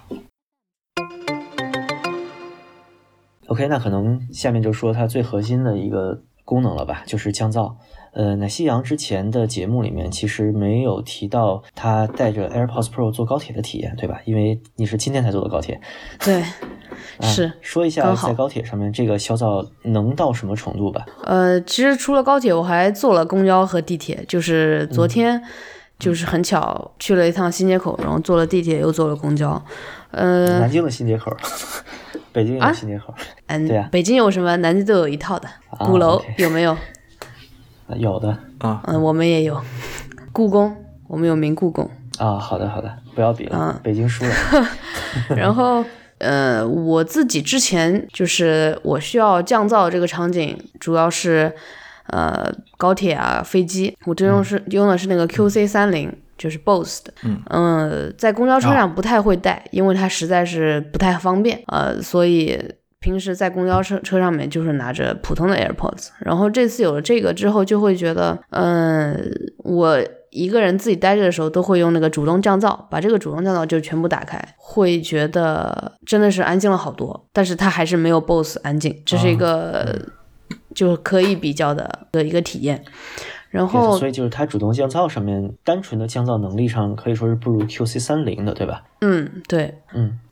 OK， 那可能下面就说它最核心的一个功能了吧，就是降噪。那夕阳之前的节目里面其实没有提到他带着 AirPods Pro 坐高铁的体验，对吧？因为你是今天才坐的高铁。 对，是。 说一下在高铁上面这个消噪能到什么程度吧？ 其实除了高铁，我还坐了公交和地铁，就是昨天就是很巧去了一趟新街口，然后坐了地铁又坐了公交。 南京的新街口。北京有新街口，对呀， 北京有什么，南京都有一套的。鼓楼有没有？ 有的我们也有。故宫，我们有名故宫啊。好的，不要比了，北京输了。 然后我自己之前就是我需要降噪这个场景，主要是高铁啊、飞机，我这用的是那个 QC30。就是 Bose 的，在公交车上不太会带，因为它实在是不太方便，所以平时在公交车上面就是拿着普通的 AirPods。然后这次有了这个之后，就会觉得，我一个人自己待着的时候都会用那个主动降噪，把这个主动降噪就全部打开，会觉得真的是安静了好多，但是它还是没有 Bose 安静，这是一个就可以比较的一个体验。然后， 所以就是它主动降噪上面，单纯的降噪能力上可以说是不如 QC30的，对吧？ 对。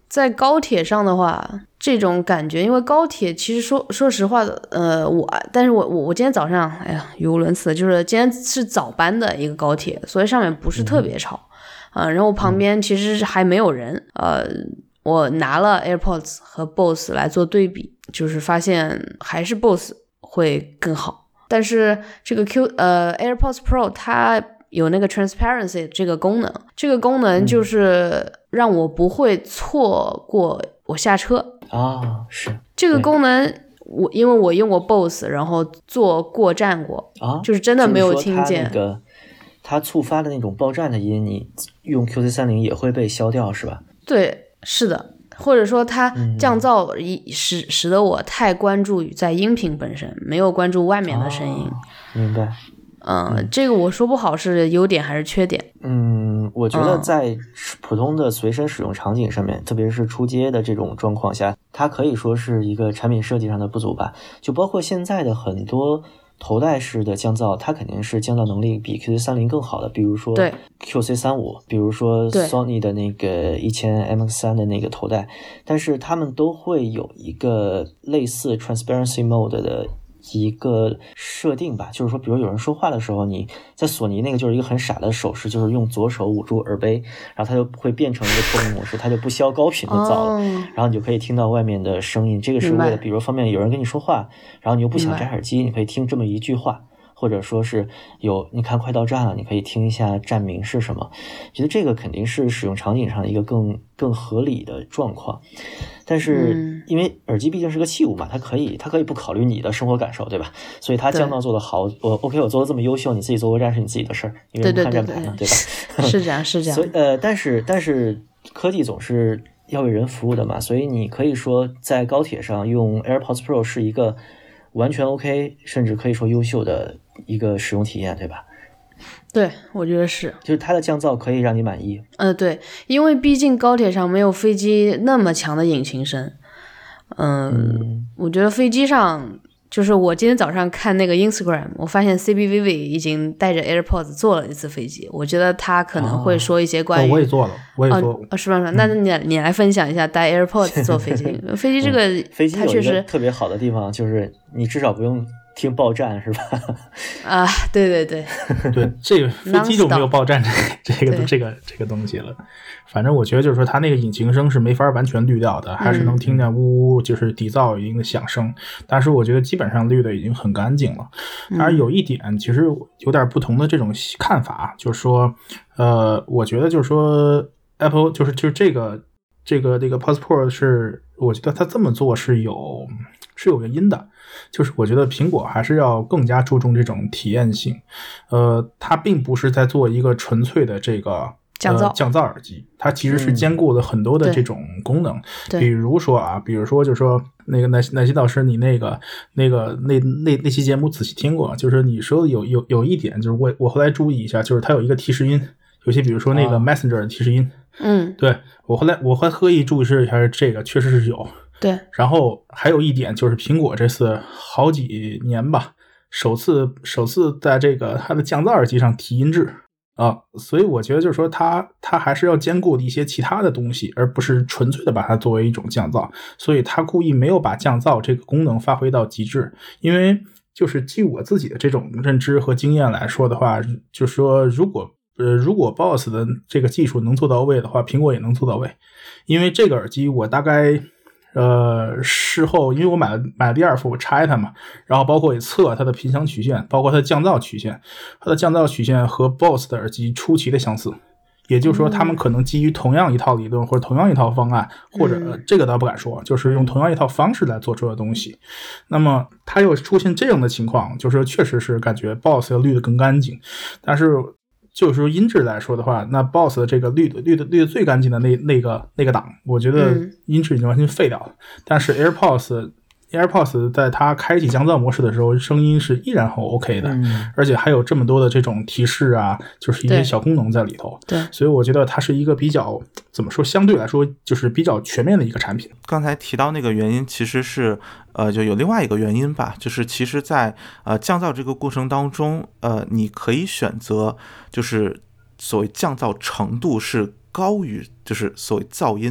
在高铁上的话，这种感觉，因为高铁其实说实话的，但是我今天早上，哎呀，语无伦次，就是今天是早班的一个高铁，所以上面不是特别吵，然后旁边其实还没有人，我拿了 AirPods 和 Bose 来做对比，就是发现还是 Bose 会更好，但是这个AirPods Pro 它有那个 transparency 这个功能，这个功能就是让我不会错过我下车啊，是这个功能，因为我用过 Bose， 然后坐过站过啊， 就是真的没有听见。 它触发的那种报站的音，你用 QC30 也会被消掉，是吧？ 对，是的。或者说它降噪使得我太关注于在音频本身，没有关注外面的声音。 明白。 这个我说不好是优点还是缺点。 我觉得在普通的随身使用场景上面，特别是出街的这种状况下，它可以说是一个产品设计上的不足吧。就包括现在的很多头戴式的降噪，它肯定是降噪能力比 QC30 更好的，比如说 QC35， 比如说 Sony 的那个1000MX3 的那个头戴，但是他们都会有一个类似 Transparency Mode 的一个设定吧，就是说比如有人说话的时候，你在索尼那个就是一个很傻的手势，就是用左手捂住耳杯，然后它就会变成一个透明模式，它就不消高频的噪了，然后你就可以听到外面的声音。这个是为了比如方便有人跟你说话，然后你又不想摘耳机，你可以听这么一句话，或者说是你看快到站了，你可以听一下站名是什么。觉得这个肯定是使用场景上的一个更合理的状况。但是因为耳机毕竟是个器物嘛，它可以不考虑你的生活感受，对吧？所以它降噪做得好，我做得这么优秀，你自己坐过站是你自己的事儿，因为看站牌嘛，对吧？ 是这样是这样。 所以但是科技总是要为人服务的嘛，所以你可以说在高铁上用 AirPods Pro 是一个完全 OK， 甚至可以说优秀的一个使用体验，对吧？ 对，我觉得是， 就是它的降噪可以让你满意。 对，因为毕竟高铁上没有飞机那么强的引擎声。我觉得飞机上，就是我今天早上看那个 Instagram， 我发现 CBVV 已经带着 AirPods 坐了一次飞机，我觉得他可能会说一些关于我也坐了， 是吧？那你来分享一下带 AirPods 坐飞机。飞机这个飞机有一个特别好的地方，就是你至少不用听报站，是吧？ 对， 这个飞机就没有报站这个东西了。反正我觉得就是说，它那个引擎声是没法完全滤掉的，还是能听见呜呜，就是底噪有一定的响声。但是我觉得基本上滤的已经很干净了。当然有一点其实有点不同的这种看法，就是说，我觉得就是说 Apple 就是这个 Pods Pro 是，我觉得它这么做是有原因的。就是我觉得苹果还是要更加注重这种体验性，它并不是在做一个纯粹的这个降噪耳机，它其实是兼顾了很多的这种功能，比如说就是说那个奶昔导师，你那期节目仔细听过，就是你说的有一点，就是我后来注意一下，就是它有一个提示音，有些比如说那个 Messenger 的提示音，对，我后来特意注意一下，这个确实是有。 对， 然后还有一点就是苹果这次好几年吧，首次在这个它的降噪耳机上提音质啊，所以我觉得就是说它还是要兼顾的一些其他的东西，而不是纯粹的把它作为一种降噪，所以它故意没有把降噪这个功能发挥到极致。因为就是基于我自己的这种认知和经验来说的话，就是说如果 Bose 的这个技术能做到位的话，苹果也能做到位。因为这个耳机我大概事后因为我买了第二副，我拆它嘛，然后包括也测它的频响曲线，包括它的降噪曲线，它的降噪曲线和 Bose 的耳机出奇的相似，也就是说他们可能基于同样一套理论或者同样一套方案，或者这个倒不敢说，就是用同样一套方式来做出的东西。那么它又出现这样的情况，就是确实是感觉 Bose 要滤得更干净，但是就是说音质来说的话，那 Bose 的这个滤得最干净的那个档，我觉得音质已经完全废掉了。但是 AirPods 在它开启降噪模式的时候，声音是依然很 OK 的，而且还有这么多的这种提示啊，就是一些小功能在里头。 对， 所以我觉得它是一个比较怎么说，相对来说就是比较全面的一个产品。 刚才提到那个原因，其实是就有另外一个原因吧，就是其实在降噪这个过程当中，你可以选择就是所谓降噪程度是高于就是所谓噪音的。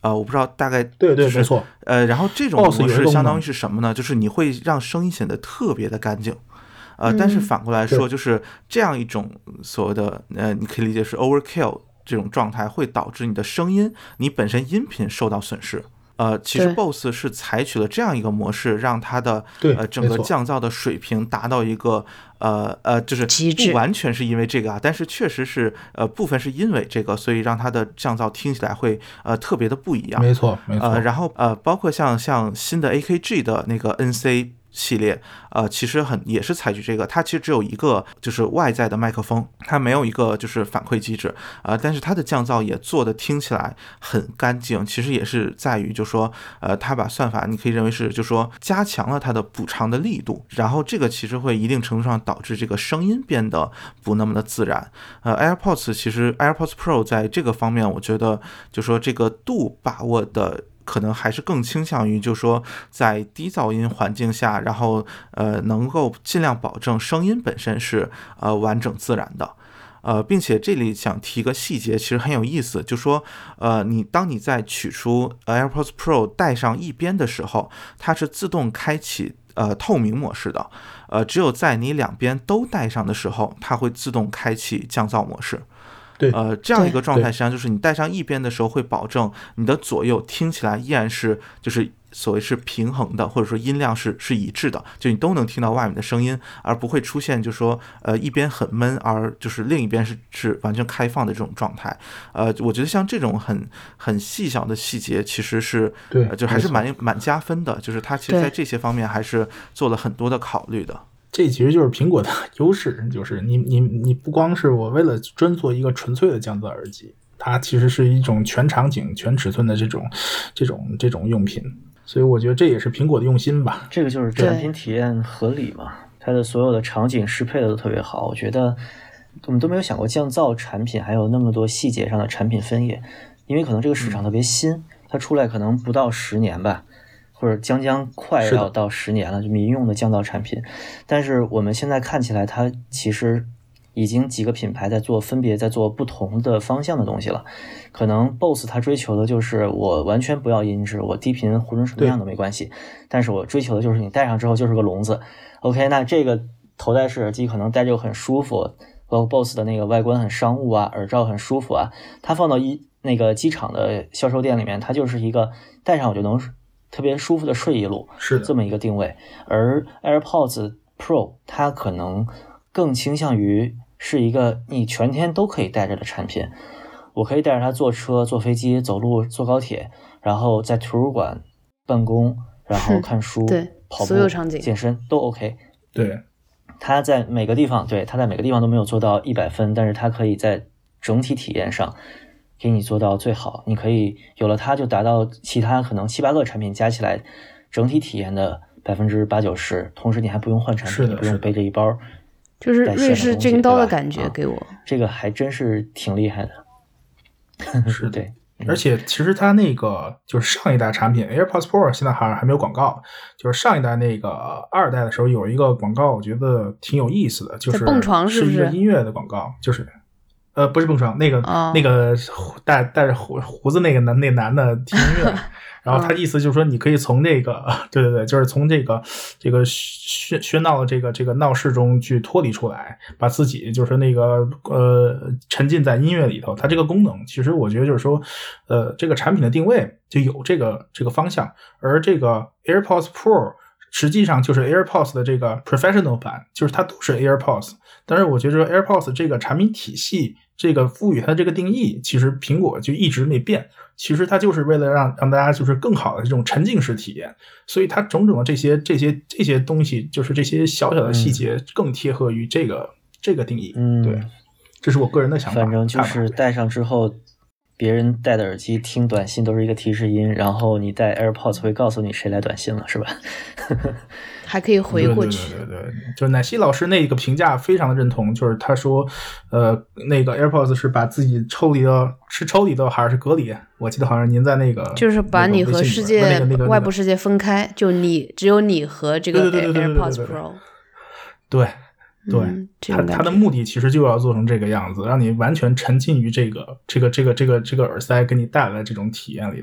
我不知道大概对对，没错。 然后这种模式相当于是什么呢？就是你会让声音显得特别的干净。但是反过来说，就是这样一种所谓的你可以理解是 overkill 这种状态，会导致你的声音，你本身音频受到损失。其实 BOSS 是采取了这样一个模式，让它的整个降噪的水平达到一个就是不完全是因为这个但是确实是部分是因为这个，所以让它的降噪听起来会特别的不一样。 没错没错。 然后包括像新的 AKG 的那个 NC系列，其实也是采取这个，它其实只有一个就是外在的麦克风，它没有一个就是反馈机制，但是它的降噪也做的听起来很干净，其实也是在于就说，它把算法你可以认为是就说加强了它的补偿的力度，然后这个其实会一定程度上导致这个声音变得不那么的自然。AirPods 其实 AirPods Pro 在这个方面，我觉得就说这个度把握的可能还是更倾向于就是说在低噪音环境下，然后能够尽量保证声音本身是完整自然的。并且这里想提一个细节，其实很有意思，就说当你在取出 AirPods Pro 戴上一边的时候，它是自动开启透明模式的，只有在你两边都戴上的时候，它会自动开启降噪模式。 对， 这样一个状态，实际上就是你戴上一边的时候，会保证你的左右听起来依然是就是所谓是平衡的，或者说音量是一致的，就你都能听到外面的声音，而不会出现就是说一边很闷，而就是另一边是完全开放的这种状态。我觉得像这种很细小的细节，其实是就还是蛮加分的，就是它其实在这些方面还是做了很多的考虑的。 这其实就是苹果的优势，就是你不光是我为了专做一个纯粹的降噪耳机，它其实是一种全场景、全尺寸的这种用品，所以我觉得这也是苹果的用心吧。 这个就是产品体验合理嘛，它的所有的场景适配的都特别好。我觉得我们都没有想过降噪产品还有那么多细节上的产品分野，因为可能这个市场特别新，它出来可能不到10年吧。或者将快要到10年了，就民用的降噪产品，但是我们现在看起来，它其实已经几个品牌分别在做不同的方向的东西了。可能 BOSS 它追求的就是我完全不要音质，我低频糊成什么样都没关系，但是我追求的就是你戴上之后就是个聋子。OK， 那这个头戴式耳机可能戴着很舒服，包括 BOSS 的那个外观很商务啊，耳罩很舒服啊，它放到那个机场的销售店里面，它就是一个戴上我就能特别舒服的睡一路， 是这么一个定位。而 AirPods Pro 它可能更倾向于是一个你全天都可以带着的产品，我可以带着它坐车、坐飞机、走路、坐高铁，然后在图书馆办公，然后看书、 对， 跑步、 所有场景、 健身都 OK。 对， 它在每个地方都没有做到100分，但是它可以在整体体验上给你做到最好。你可以有了它就达到其他可能7、8个产品加起来整体体验的80%-90%，同时你还不用换产品，你不用背着一包就是瑞士军刀的感觉给我， 这个还真是挺厉害的。 是对。 而且其实它那个就是上一代产品 AirPods Pro 现在好像还没有广告，就是上一代那个2代的时候有一个广告，我觉得挺有意思的，就是蹦床是不是？ 是一个音乐的广告，就是不是蹦床，那个带着胡子那个男的听音乐，然后他意思就是说你可以从那个对，就是从这个喧闹的这个闹市中去脱离出来，把自己就是那个沉浸在音乐里头。它这个功能其实我觉得就是说这个产品的定位就有这个方向，而这个 AirPods Pro 实际上就是 AirPods 的这个 professional 版，就是它都是 AirPods。但是我觉得 AirPods 这个产品体系，这个赋予它这个定义，其实苹果就一直没变。其实它就是为了让大家就是更好的这种沉浸式体验，所以它种种的这些东西，就是这些小小的细节更贴合于这个定义。对，这是我个人的想法。 反正就是戴上之后，别人戴的耳机听短信都是一个提示音，然后你戴 AirPods 会告诉你谁来短信了，是吧？ 还可以回过去。 对，就是乃希老师那个评价非常的认同，就是他说那个 AirPods 是把自己抽离的还是隔离，我记得好像您在那个就是把你和世界、外部世界分开，就只有你和这个 AirPods Pro。 对，他的目的其实就要做成这个样子，让你完全沉浸于这个耳塞给你带来的这种体验里头。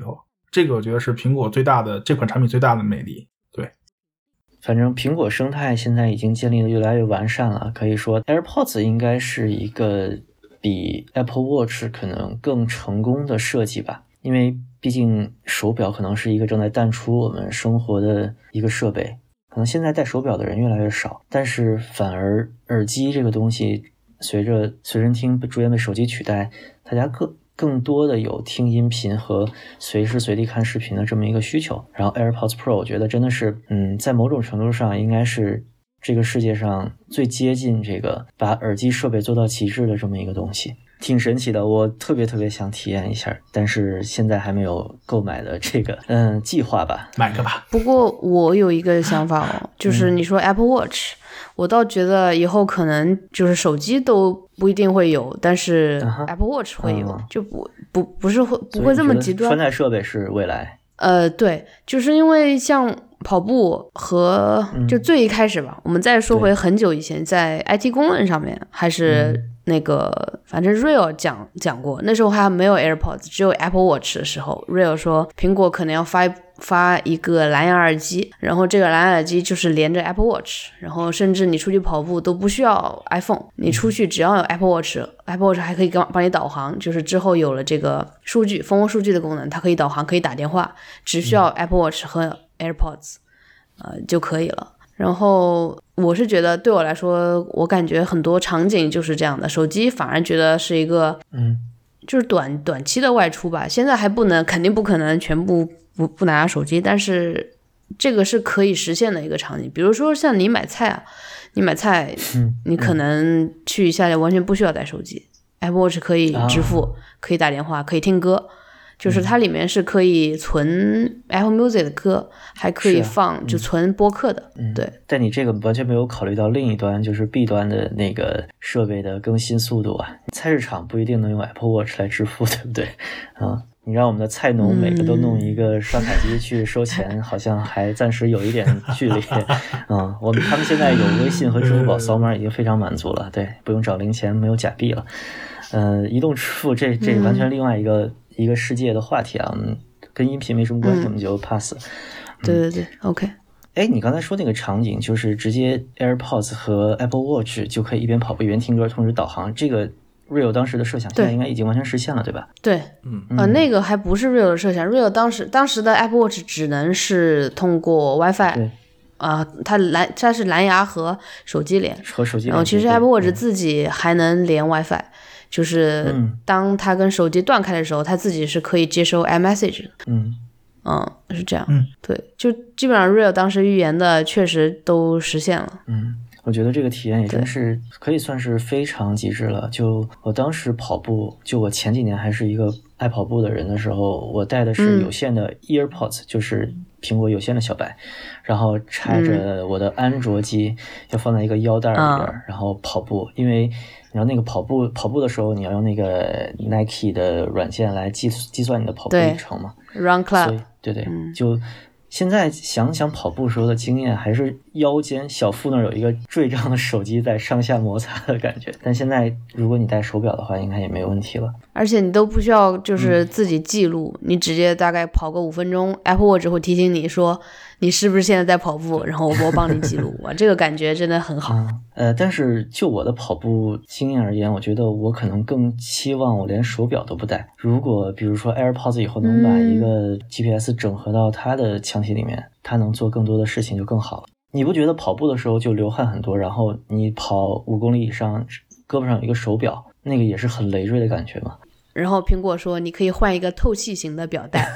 这个我觉得是苹果这款产品最大的魅力。对， 反正苹果生态现在已经建立的越来越完善了，可以说 AirPods 应该是一个比 Apple Watch 可能更成功的设计吧，因为毕竟手表可能是一个正在淡出我们生活的一个设备，可能现在戴手表的人越来越少，但是反而耳机这个东西随着随身听逐渐被手机取代，大家更多的有听音频和随时随地看视频的这么一个需求。然后 AirPods Pro 我觉得真的是在某种程度上应该是这个世界上最接近这个把耳机设备做到极致的这么一个东西，挺神奇的，我特别想体验一下，但是现在还没有购买的这个计划吧， 买个吧。 不过我有一个想法就是你说 Apple Watch，我倒觉得以后可能就是手机都不一定会有，但是 Apple Watch 会有，就不会这么极端。 穿戴设备是未来。 对，就是因为像跑步和就最一开始吧，我们再说回很久以前，在 IT 公论上面还是那个反正 Real 讲过，那时候还没有 AirPods， 只有 Apple Watch 的时候 Real 说苹果可能要发一个蓝牙耳机，然后这个蓝牙耳机就是连着 Apple Watch， 然后甚至你出去跑步都不需要 iPhone， 你出去只要有 Apple Watch， Apple Watch 还可以帮你导航，就是之后有了这个蜂窝数据的功能，它可以导航可以打电话，只需要 Apple Watch 和 AirPods就可以了。然后我是觉得对我来说，我感觉很多场景就是这样的，手机反而觉得是一个就是短期的外出吧，现在还肯定不可能全部不拿手机，但是这个是可以实现的一个场景。比如说像你买菜你可能去一下完全不需要带手机， Apple Watch 可以支付，可以打电话，可以听歌，就是它里面是可以存 Apple Music 的歌，还可以放就存播客的。对。 但你这个完全没有考虑到另一端，就是 B 端的那个设备的更新速度啊。菜市场不一定能用 Apple Watch 来支付，对不对你让我们的菜农每个都弄一个刷卡机去收钱，好像还暂时有一点距离他们现在有微信和支付宝扫码已经非常满足了，对，不用找零钱，没有假币了。移动支付这完全另外一个世界的话题啊，跟音频没什么关系，我们就 pass。 对 OK。 你刚才说那个场景，就是直接 AirPods 和 Apple Watch 就可以一边跑步一边听歌，同时导航，这个 Real 当时的设想现在应该已经完全实现了，对吧？对， 那个还不是 Real 的设想 ，Real 当时的 Apple Watch 只能是通过 WiFi， 它是蓝牙和手机连，然后其实 Apple Watch 自己还能连 WiFi， 就是当它跟手机断开的时候，它自己是可以接收 iMessage 的。是这样。对，就基本上 Real 当时预言的确实都实现了。 我觉得这个体验也真是可以算是非常极致了。就我当时跑步，就我前几年还是一个爱跑步的人的时候，我带的是有线的 EarPods，就是苹果有线的小白，然后插着我的安卓机，要放在一个腰带里边，然后跑步。因为你要那个跑步的时候，你要用那个 Nike 的软件来计算你的跑步里程嘛。 Run Club。 对，就现在想想跑步时候的经验，还是腰间小腹那儿有一个坠胀的手机在上下摩擦的感觉。但现在如果你戴手表的话，应该也没有问题了。 而且你都不需要就是自己记录，你直接大概跑个5分钟 ，Apple Watch 会提醒你说你是不是现在在跑步，然后我帮你记录。哇，这个感觉真的很好。 但是就我的跑步经验而言，我觉得我可能更期望我连手表都不带。如果比如说 AirPods 以后能把一个 GPS 整合到它的腔体里面，它能做更多的事情就更好了。你不觉得跑步的时候就流汗很多，然后你跑5公里以上，胳膊上有一个手表，那个也是很累赘的感觉吗？ 然后苹果说你可以换一个透气型的表带。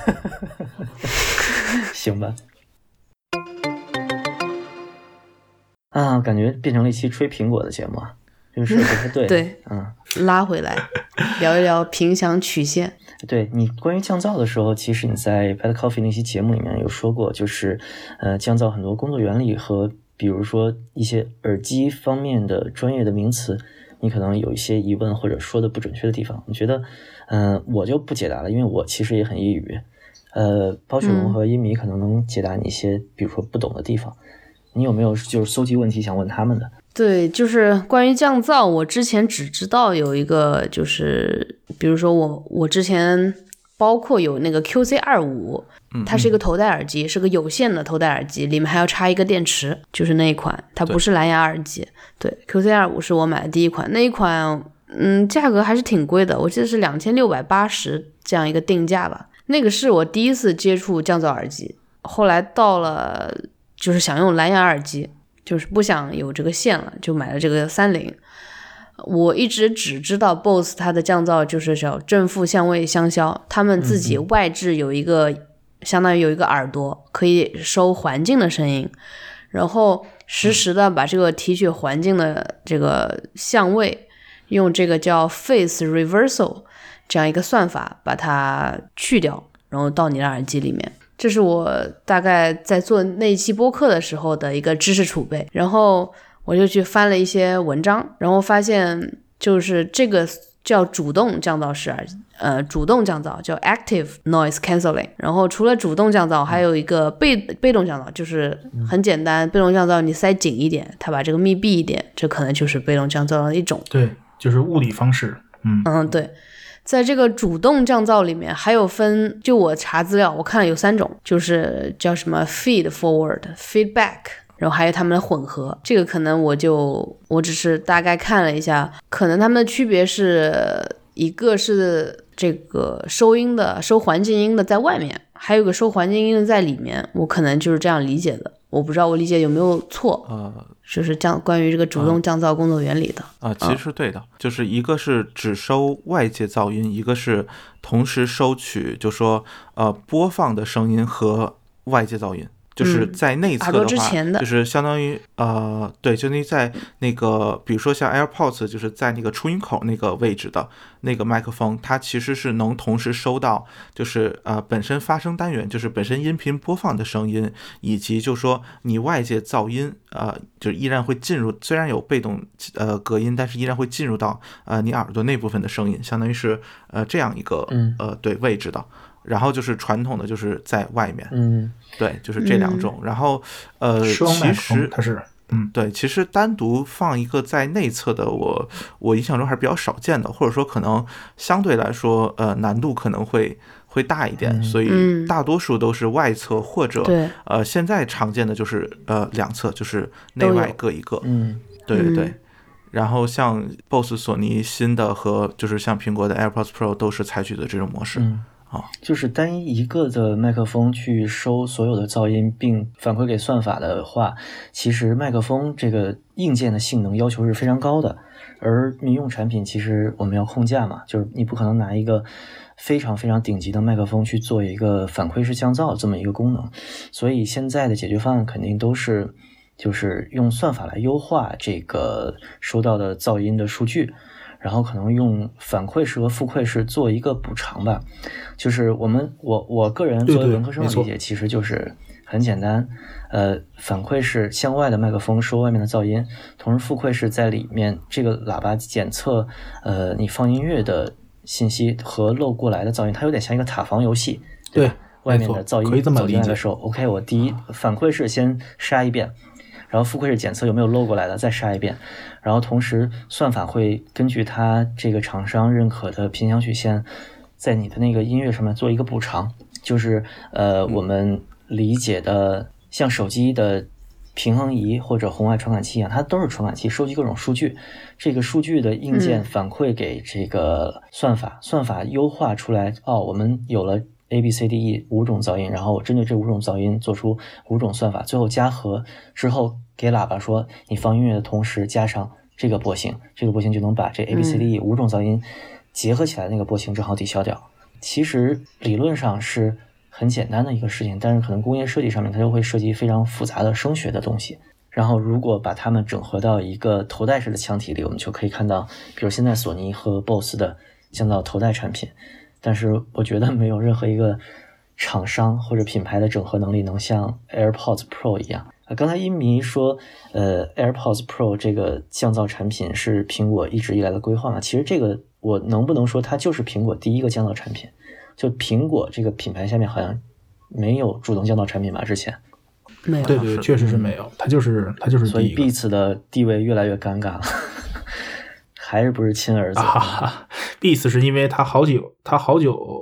行吧。感觉变成了一期吹苹果的节目啊，这个事不太对。 对，拉回来聊一聊频响曲线。 对，你关于降噪的时候，其实你在 Bad Coffee 那期节目里面有说过，就是降噪很多工作原理和比如说一些耳机方面的专业的名词，你可能有一些疑问或者说的不准确的地方。我觉得我就不解答了，因为我其实也很业余。包雪龙和音迷可能能解答你一些比如说不懂的地方。你有没有就是搜集问题想问他们的？ 对，就是关于降噪，我之前只知道有一个，就是比如说我之前包括有那个 QC25，它是一个头戴耳机，是个有线的头戴耳机，里面还要插一个电池，就是那一款，它不是蓝牙耳机。对 QC25 是我买的第一款，那一款价格还是挺贵的，我记得是2680这样一个定价吧。那个是我第一次接触降噪耳机，后来到了就是想用蓝牙耳机，就是不想有这个线了，就买了这个30。我一直只知道 BOSS 它的降噪就是叫正负相位相消，他们自己外置有一个相当于有一个耳朵可以收环境的声音，然后实时的把这个提取环境的这个相位，用这个叫 Phase Reversal 这样一个算法把它去掉，然后到你的耳机里面。这是我大概在做那一期播客的时候的一个知识储备，然后我就去翻了一些文章，然后发现就是这个叫主动降噪式耳机，主动降噪叫 Active Noise Cancelling。然后除了主动降噪，还有一个被动降噪，就是很简单，被动降噪你塞紧一点，它把这个密闭一点，这可能就是被动降噪的一种。 对，就是物理方式。 对。在这个主动降噪里面还有分，就我查资料我看了有3种，就是叫什么 feed forward、feedback， 然后还有它们的混合。这个可能我只是大概看了一下，可能它们的区别是一个是这个收环境音的在外面，还有个收环境音的在里面，我可能就是这样理解的，我不知道我理解有没有错。就是关于这个主动降噪工作原理的其实是对的，就是一个是只收外界噪音，一个是同时收取就说播放的声音和外界噪音，就是在内侧的话，就是相当于对，就在那个比如说像 AirPods， 就是在那个出音口那个位置的那个麦克风，它其实是能同时收到就是本身发声单元，就是本身音频播放的声音，以及就说你外界噪音就依然会进入，虽然有被动隔音，但是依然会进入到你耳朵那部分的声音，相当于是这样一个对位置的。然后就是传统的就是在外面，对，就是这2种。然后其实它是对，其实单独放一个在内侧的，我印象中还是比较少见的，或者说可能相对来说难度可能会大一点，所以大多数都是外侧或者现在常见的就是2侧，就是内外各一个。对对对。然后像 BOSS、索尼新的和就是像苹果的 AirPods Pro 都是采取的这种模式。 就是单一个的麦克风去收所有的噪音并反馈给算法的话，其实麦克风这个硬件的性能要求是非常高的，而民用产品其实我们要控价嘛，就是你不可能拿一个非常非常顶级的麦克风去做一个反馈式降噪这么一个功能，所以现在的解决方案肯定都是就是用算法来优化这个收到的噪音的数据，然后可能用反馈式和复馈式做一个补偿吧。就是我个人作为文科生的理解，其实就是很简单，反馈式向外的麦克风收外面的噪音，同时复馈式在里面这个喇叭检测你放音乐的信息和漏过来的噪音，它有点像一个塔防游戏，对，外面的噪音走进来的时候 OK， 我第一反馈式先杀一遍，然后复馈式检测有没有漏过来的再杀一遍，然后同时算法会根据它这个厂商认可的频响曲线在你的那个音乐上面做一个补偿，就是我们理解的像手机的平衡仪或者红外传感器一样，它都是传感器收集各种数据，这个数据的硬件反馈给这个算法，算法优化出来，我们有了ABCDE 5种噪音，然后针对这5种噪音做出5种算法，最后加和之后给喇叭说你放音乐的同时加上这个波形，这个波形就能把这 ABCDE 5种噪音结合起来，那个波形正好抵消掉。其实理论上是很简单的一个事情，但是可能工业设计上面它就会涉及非常复杂的声学的东西，然后如果把它们整合到一个头戴式的腔体里，我们就可以看到比如现在索尼和 BOSS 的降噪头戴产品，但是我觉得没有任何一个厂商或者品牌的整合能力能像 AirPods Pro 一样。刚才一鸣说AirPods Pro 这个降噪产品是苹果一直以来的规划嘛，其实这个我能不能说它就是苹果第一个降噪产品，就苹果这个品牌下面好像没有主动降噪产品吧，之前没有， 对对，确实是没有，它就是所以 Beats 的地位越来越尴尬了还是不是亲儿子 Beats 是因为他好久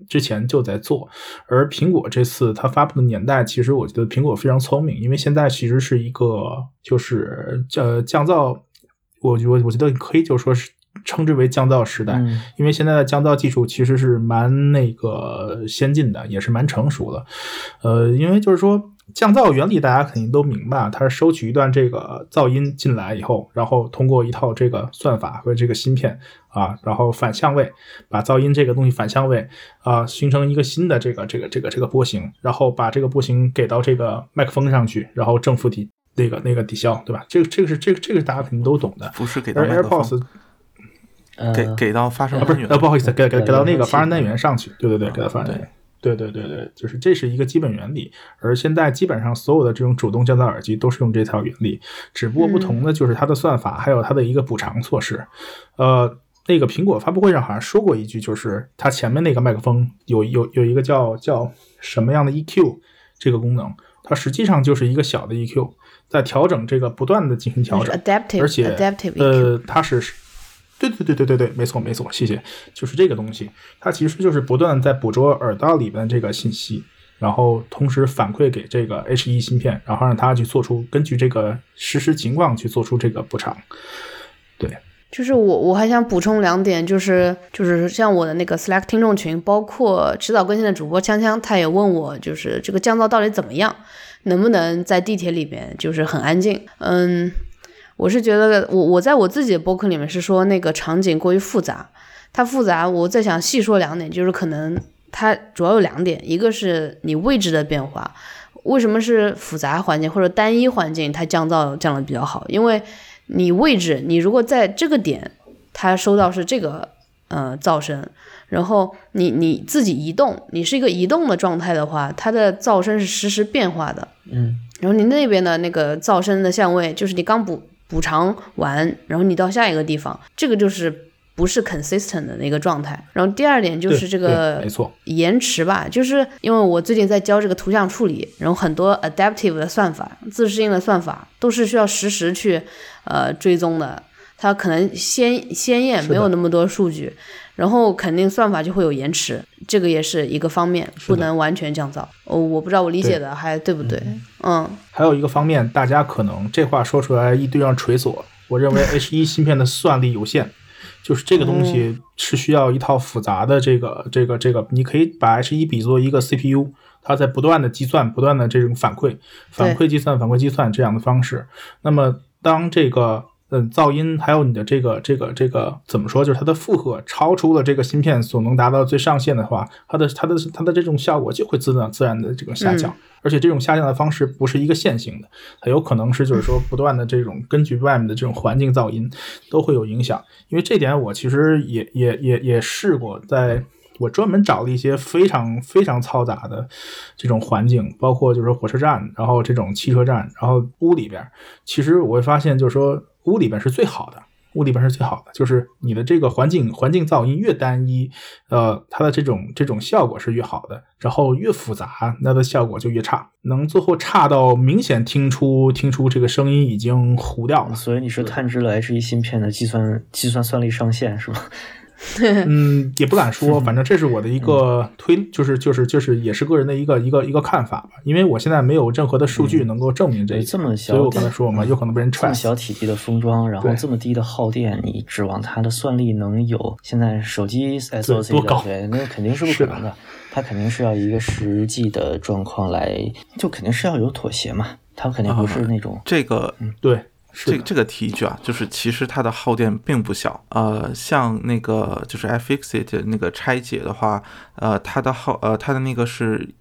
之前就在做。而苹果这次它发布的年代，其实我觉得苹果非常聪明，因为现在其实是一个就是降噪，我觉得可以就说是称之为降噪时代，因为现在的降噪技术其实是蛮那个先进的，也是蛮成熟的。因为就是说降噪原理大家肯定都明白，它是收取一段这个噪音进来以后，然后通过一套这个算法和这个芯片啊，然后反向位，把噪音这个东西反向位啊，形成一个新的这个波形，然后把这个波形给到这个麦克风上去，然后正负抵那个抵消，对吧？这个是大家肯定都懂的。 不是给到麦克风。给到发声单元， 不好意思，给到那个发声单元上去，对，给到发声单元，对，就是这是一个基本原理。而现在基本上所有的这种主动降噪耳机都是用这套原理，只不过不同的就是它的算法，还有它的一个补偿措施。那个苹果发布会上好像说过一句，就是它前面那个麦克风有一个叫什么样的 EQ 这个功能，它实际上就是一个小的 EQ， 在调整这个不断的进行调整，而且它是。对，没错，谢谢，就是这个东西，它其实就是不断在捕捉耳道里面这个信息，然后同时反馈给这个 H1 芯片，然后让它去做出根据这个实时情况去做出这个补偿。对， 就是我还想补充2点，就是像我的那个 Slack 听众群，包括迟早更新的主播锵锵，他也问我，就是这个降噪到底怎么样，能不能在地铁里面就是很安静。我是觉得我在我自己的播客里面是说那个场景过于复杂，它复杂，我再想细说2点，就是可能它主要有2点，一个是你位置的变化，为什么是复杂环境或者单一环境它降噪降得比较好，因为你位置，你如果在这个点它收到是这个噪声，然后你自己移动，你是一个移动的状态的话，它的噪声是实时变化的，然后你那边的那个噪声的相位就是你刚补偿完，然后你到下一个地方，这个就是不是 consistent 的那个状态。然后第2点就是这个延迟吧，就是因为我最近在教这个图像处理，然后很多 adaptive 的算法，自适应的算法都是需要实时去追踪的，它可能先验没有那么多数据，然后肯定算法就会有延迟，这个也是一个方面，不能完全降噪。我不知道我理解的还对不对。 还有一个方面，大家可能这话说出来一堆让垂索，我认为 H1 芯片的算力有限，就是这个东西是需要一套复杂的这个，你可以把 H1 比作一个 CPU， 它在不断的计算，不断的这种反馈计算这样的方式。那么当这个噪音还有你的这个怎么说，就是它的负荷超出了这个芯片所能达到最上限的话，它的这种效果就会自然的这个下降，而且这种下降的方式不是一个线性的，它有可能是就是说不断的这种根据外面的这种环境噪音都会有影响。因为这点我其实也试过，我专门找了一些非常非常嘈杂的这种环境，包括就是说火车站，然后这种汽车站，然后屋里边，其实我会发现就是说屋里边是最好的，就是你的这个环境噪音越单一，它的这种效果是越好的，然后越复杂，那的效果就越差，能最后差到明显听出这个声音已经糊掉了。 所以你是探知了 H1 芯片的计算算力上限是吧？ 也不敢说，反正这是我的一个就是也是个人的一个看法吧，因为我现在没有任何的数据能够证明这一点，所以我刚才说嘛，有可能被人踹。 这么小体积的封装，然后这么低的耗电，你指望它的算力能有现在手机 SoC 多高？ 对，那肯定是不可能的，它肯定是要一个实际的状况来，就肯定是要有妥协嘛，它肯定不是那种这个对。 这个提一句啊，就是其实它的耗电并不小，像那个就是 iFixit 那个拆解的话，它的那个是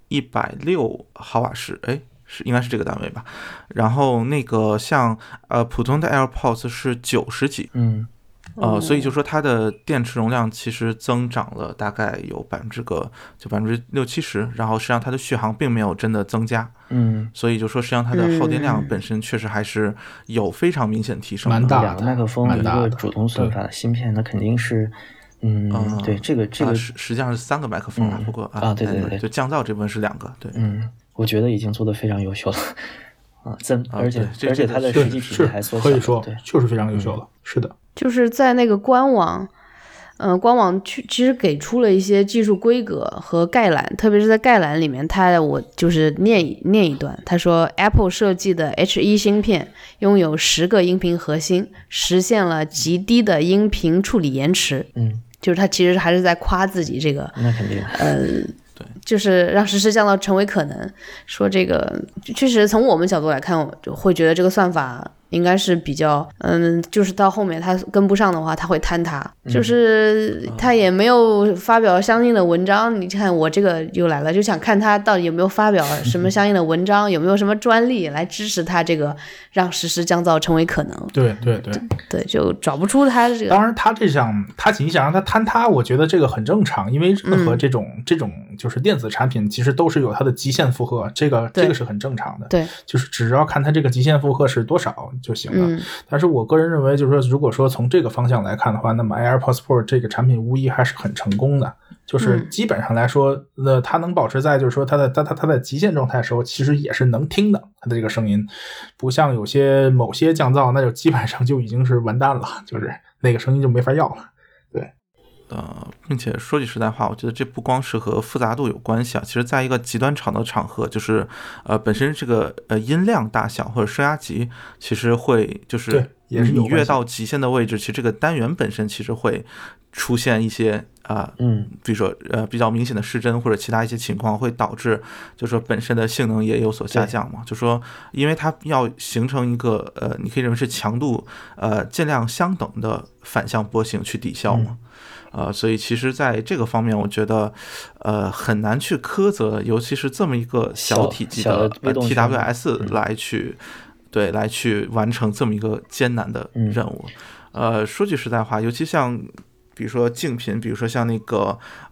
160毫瓦时，应该是这个单位吧。然后那个像普通的 AirPods 是90几，所以就说它的电池容量其实增长了大概有60-70%，然后实际上它的续航并没有真的增加，所以就说实际上它的耗电量本身确实还是有非常明显提升的。 蛮大的， 两个麦克风一个主动算法的芯片，那肯定是，对这个实际上是3个麦克风了，不过对，就降噪这部分是2个，对， 我觉得已经做得非常优秀了。而且它的实际体积还缩小， 可以说就是非常优秀了，是的。 就是在那个官网， 官网其实给出了一些技术规格和概览，特别是在概览里面，我就是念一段，他说 Apple 设计的 H1 芯片拥有10个音频核心，实现了极低的音频处理延迟。就是他其实还是在夸自己这个， 那肯定， 对，就是让实时降噪成为可能。说这个确实从我们角度来看，我就会觉得这个算法应该是比较，就是到后面他跟不上的话，他会坍塌。就是他也没有发表相应的文章。你看我这个又来了，就想看他到底有没有发表什么相应的文章，有没有什么专利来支持他这个让实时降噪成为可能。对，就找不出他这个。 当然，你想让他坍塌，我觉得这个很正常，因为任何这种就是电子产品，其实都是有它的极限负荷，这个是很正常的。 对， 就是只要看它这个极限负荷是多少就行了。但是我个人认为，就是说，如果说从这个方向来看的话，那么 AirPods Pro 这个产品无疑还是很成功的。就是基本上来说，它能保持在就是说它的极限状态的时候，其实也是能听的，它的这个声音，不像某些降噪，那就基本上就已经是完蛋了，就是那个声音就没法要了。对。 并且说句实在话，我觉得这不光是和复杂度有关系啊，其实在一个极端吵的场合，就是本身这个音量大小或者声压级，其实会就是你越到极限的位置，其实这个单元本身其实会出现一些比如说比较明显的失真或者其他一些情况，会导致就是说本身的性能也有所下降嘛。就说因为它要形成一个你可以认为是强度尽量相等的反向波形去抵消嘛。所以其实在这个方面，我觉得很难去苛责，尤其是这么一个小体积的TWS 来去完成这么一个艰难的任务。说句实在话，尤其像比如说竞品，比如说像那个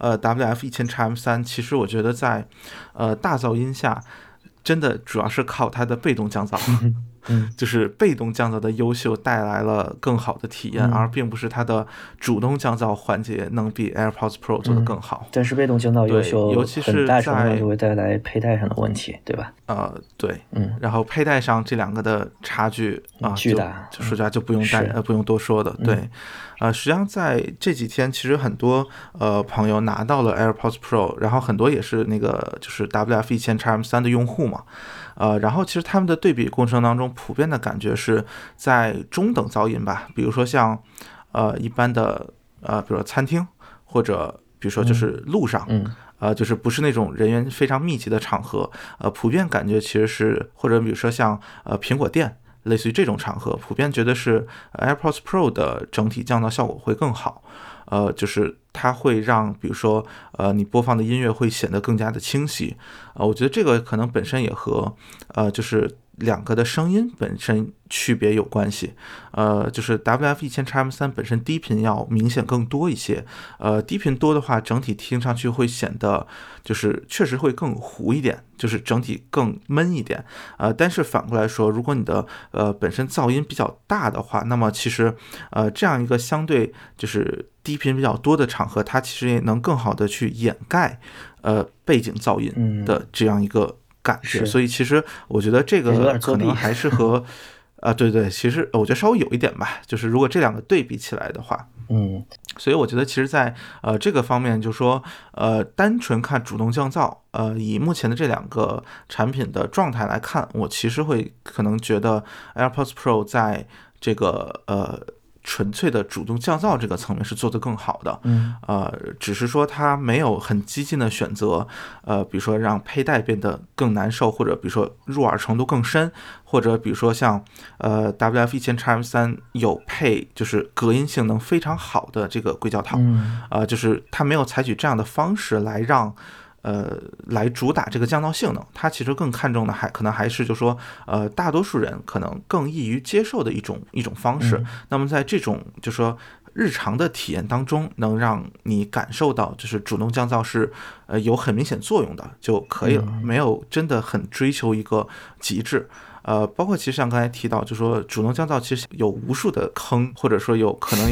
WF-1000XM3，其实我觉得在大噪音下，真的主要是靠它的被动降噪。就是被动降噪的优秀带来了更好的体验，而并不是它的主动降噪环节能比 AirPods Pro 做得更好。 但是被动降噪优秀， 尤其是很大程度上就会带来佩戴上的问题，对吧？ 对，然后佩戴上这两个的差距巨大， 就说实话就不用多说的，对。实际上在这几天，其实很多朋友拿到了 AirPods Pro， 然后很多也是那个就是 WF-1000XM3 的用户嘛。然后其实他们的对比过程当中，普遍的感觉是在中等噪音吧，比如说像一般的比如说餐厅，或者比如说就是路上，就是不是那种人员非常密集的场合，普遍感觉其实是，或者比如说像苹果店，类似于这种场合，普遍觉得是 AirPods Pro 的整体降噪效果会更好。就是它会让比如说你播放的音乐会显得更加的清晰。我觉得这个可能本身也和就是两个的声音本身区别有关系。就是 WF-1000XM3 本身低频要明显更多一些，低频多的话，整体听上去会显得就是确实会更糊一点，就是整体更闷一点。但是反过来说，如果你的本身噪音比较大的话，那么其实这样一个相对就是低频比较多的场合，它其实也能更好的去掩盖背景噪音的这样一个感觉。所以其实我觉得这个可能还是和对，其实我觉得稍微有一点吧，就是如果这两个对比起来的话，所以我觉得其实在这个方面，就是说单纯看主动降噪，以目前的这两个产品的状态来看，我其实会可能觉得 AirPods Pro 在这个纯粹的主动降噪这个层面是做得更好的。只是说它没有很激进的选择，比如说让佩戴变得更难受，或者比如说入耳程度更深，或者比如说像WF-1000XM3 有配就是隔音性能非常好的这个硅胶套，就是它没有采取这样的方式来让来主打这个降噪性能，它其实更看重的可能还是就说大多数人可能更易于接受的一种方式。那么在这种就说日常的体验当中，能让你感受到就是主动降噪是有很明显作用的就可以了，没有真的很追求一个极致。包括其实像刚才提到，就说主动降噪其实有无数的坑，或者说可能有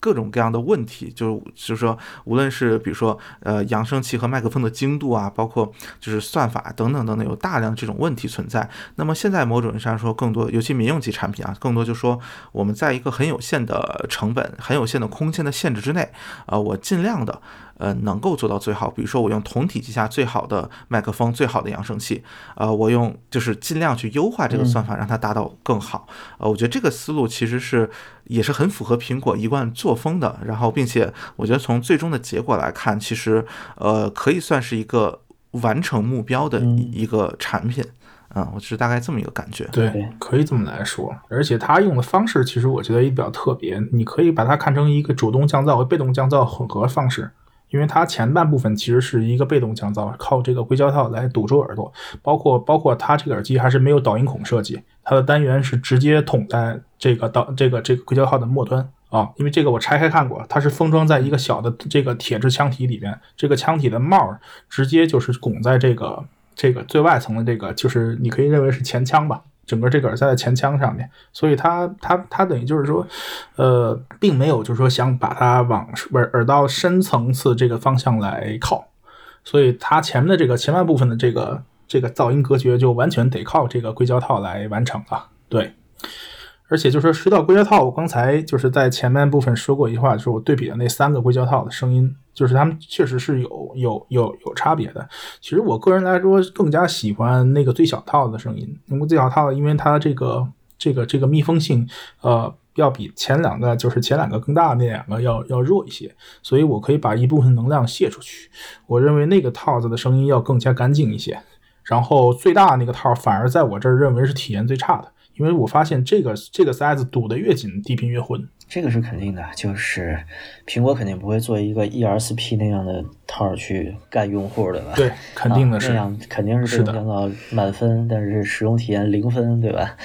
各种各样的问题，就是说无论是比如说扬声器和麦克风的精度啊，包括就是算法等等等等，有大量这种问题存在。那么现在某种意义上说，更多尤其民用级产品啊，更多就说我们在一个很有限的成本、很有限的空间的限制之内，我尽量的能够做到最好。比如说我用同体积下最好的麦克风、最好的扬声器，我用就是尽量去优化这个算法，让它达到更好。我觉得这个思路其实也是很符合苹果一贯作风的。然后，并且我觉得从最终的结果来看，其实可以算是一个完成目标的一个产品。我是大概这么一个感觉。 对，可以这么来说。而且它用的方式其实我觉得也比较特别，你可以把它看成一个主动降噪和被动降噪混合方式。因为它前半部分其实是一个被动降噪，靠这个硅胶套来堵住耳朵，包括它这个耳机还是没有导音孔设计，它的单元是直接捅在这个硅胶套的末端啊。因为这个我拆开看过，它是封装在一个小的这个铁质腔体里边，这个腔体的帽直接就是拱在这个最外层的这个，就是你可以认为是前腔吧。整个这个耳塞在前腔上面，所以它等于就是说，并没有就是说想把它往耳道深层次这个方向来靠，所以它前面的前半部分的这个噪音隔绝就完全得靠这个硅胶套来完成了。对，而且就是说到硅胶套，我刚才就是在前面部分说过一句话，就是我对比的那3个硅胶套的声音，就是他们确实是有差别的。其实我个人来说更加喜欢那个最小套的声音，因为最小套因为它这个密封性要比前两个更大的那2个要弱一些，所以我可以把一部分能量泄出去。我认为那个套子的声音要更加干净一些，然后最大的那个套反而在我这儿认为是体验最差的。因为我发现这个塞子堵得越紧，低频越混。 这个是肯定的，就是苹果肯定不会做一个 ERSP 那样的套去干用户的吧？ 对，肯定的是， 那样肯定是被动降噪满分，但是使用体验0分，对吧？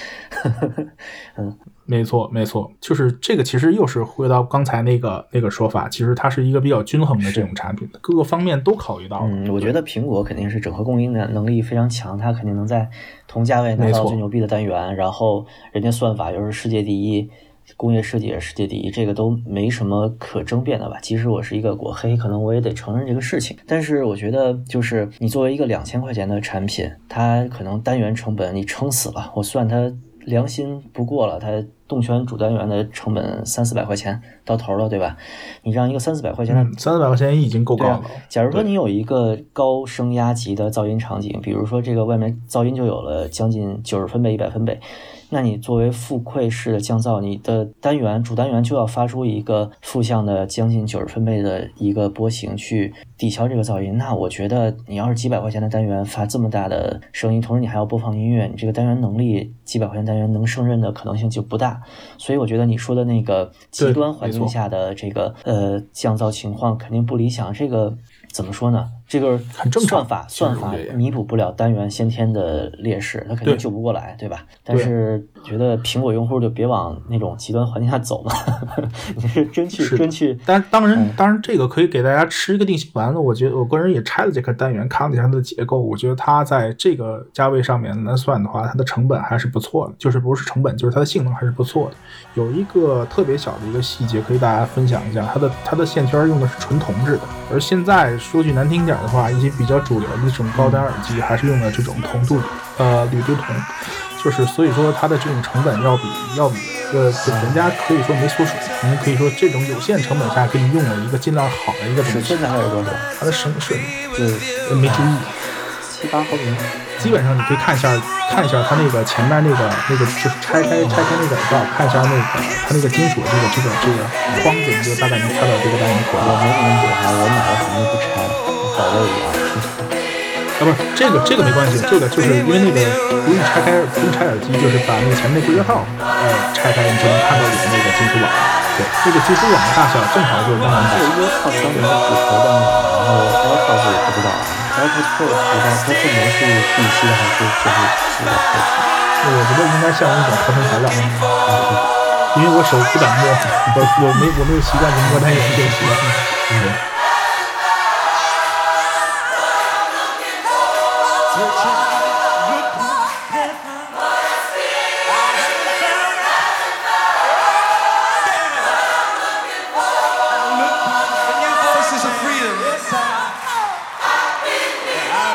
没错，就是这个其实又是回到刚才那个说法，其实它是一个比较均衡的这种产品，各个方面都考虑到了。 我觉得苹果肯定是整合供应的能力非常强，它肯定能在同价位拿到最牛逼的单元，然后人家算法又是世界第一，工业设计也是世界第一，这个都没什么可争辩的吧。即使我是一个果黑，可能我也得承认这个事情。但是我觉得就是你作为一个2000块钱的产品，它可能单元成本你撑死了，我算它良心不过了，它动圈主单元的成本300-400块钱到头了，对吧？你让一个300-400块钱的 300块钱已经够高了。 假如说你有一个高声压级的噪音场景，比如说这个外面噪音就有了将近90分贝、100分贝，那你作为复馈式的降噪，你的主单元就要发出一个负向的将近90分贝的一个波形去抵消这个噪音。那我觉得你要是几百块钱的单元发这么大的声音，同时你还要播放音乐，你这个单元能力几百块钱单元能胜任的可能性就不大。所以我觉得你说的那个极端环境下的这个降噪情况肯定不理想。这个怎么说呢？这个算法弥补不了单元先天的劣势，它肯定救不过来，对吧？但是觉得苹果用户就别往那种极端环境下走嘛，你是真去。 但当然这个可以给大家吃一个定心丸子。我觉得我个人也拆了这个单元，看了一下它的结构，我觉得它在这个价位上面来算的话，它的成本还是不错的，就是不是成本，就是它的性能还是不错的。有一个特别小的一个细节可以大家分享一下，它的线圈用的是纯铜制的，而现在说句难听点的话，一些比较主流的这种高端耳机还是用的这种铝镀铜，就是所以说它的这种成本要比人家可以说没缩水，我们可以说这种有限成本下给你用了一个尽量好的一个东西。 尺寸大概有多少？ 它的声设计就没注意 ，7-8毫米。 基本上你可以看一下它那个前面那个就是拆开那个耳道，看一下它那个金属这个框子，你就大概能猜到这个单元口我没什么问题哈，我买了肯定不拆，保卫一样。 不是这个没关系，这个就是因为那个不用拆耳机，就是把那个前面的硅胶套拆开，你就能看到有那个金属网。对，那个金属网的大小正好就是刚刚大小。 这个套当年的骨头的，然后 AirPods 也不知道啊 ，AirPods Pro 不知道它这模是必须的还是就是我觉得应该像一种合成材料，因为我手不敢摸，我没有习惯去摸单元这个习惯。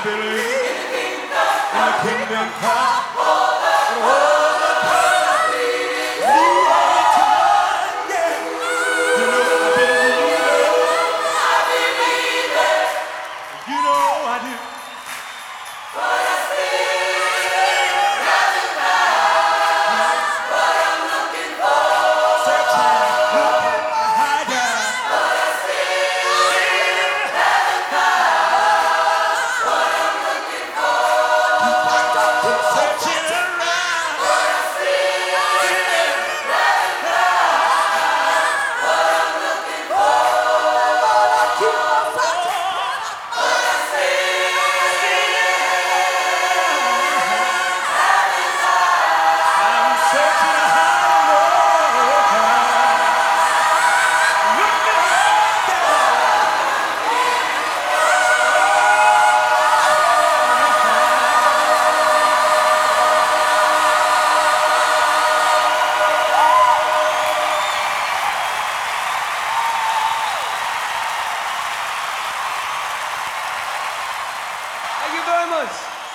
Thank you very much.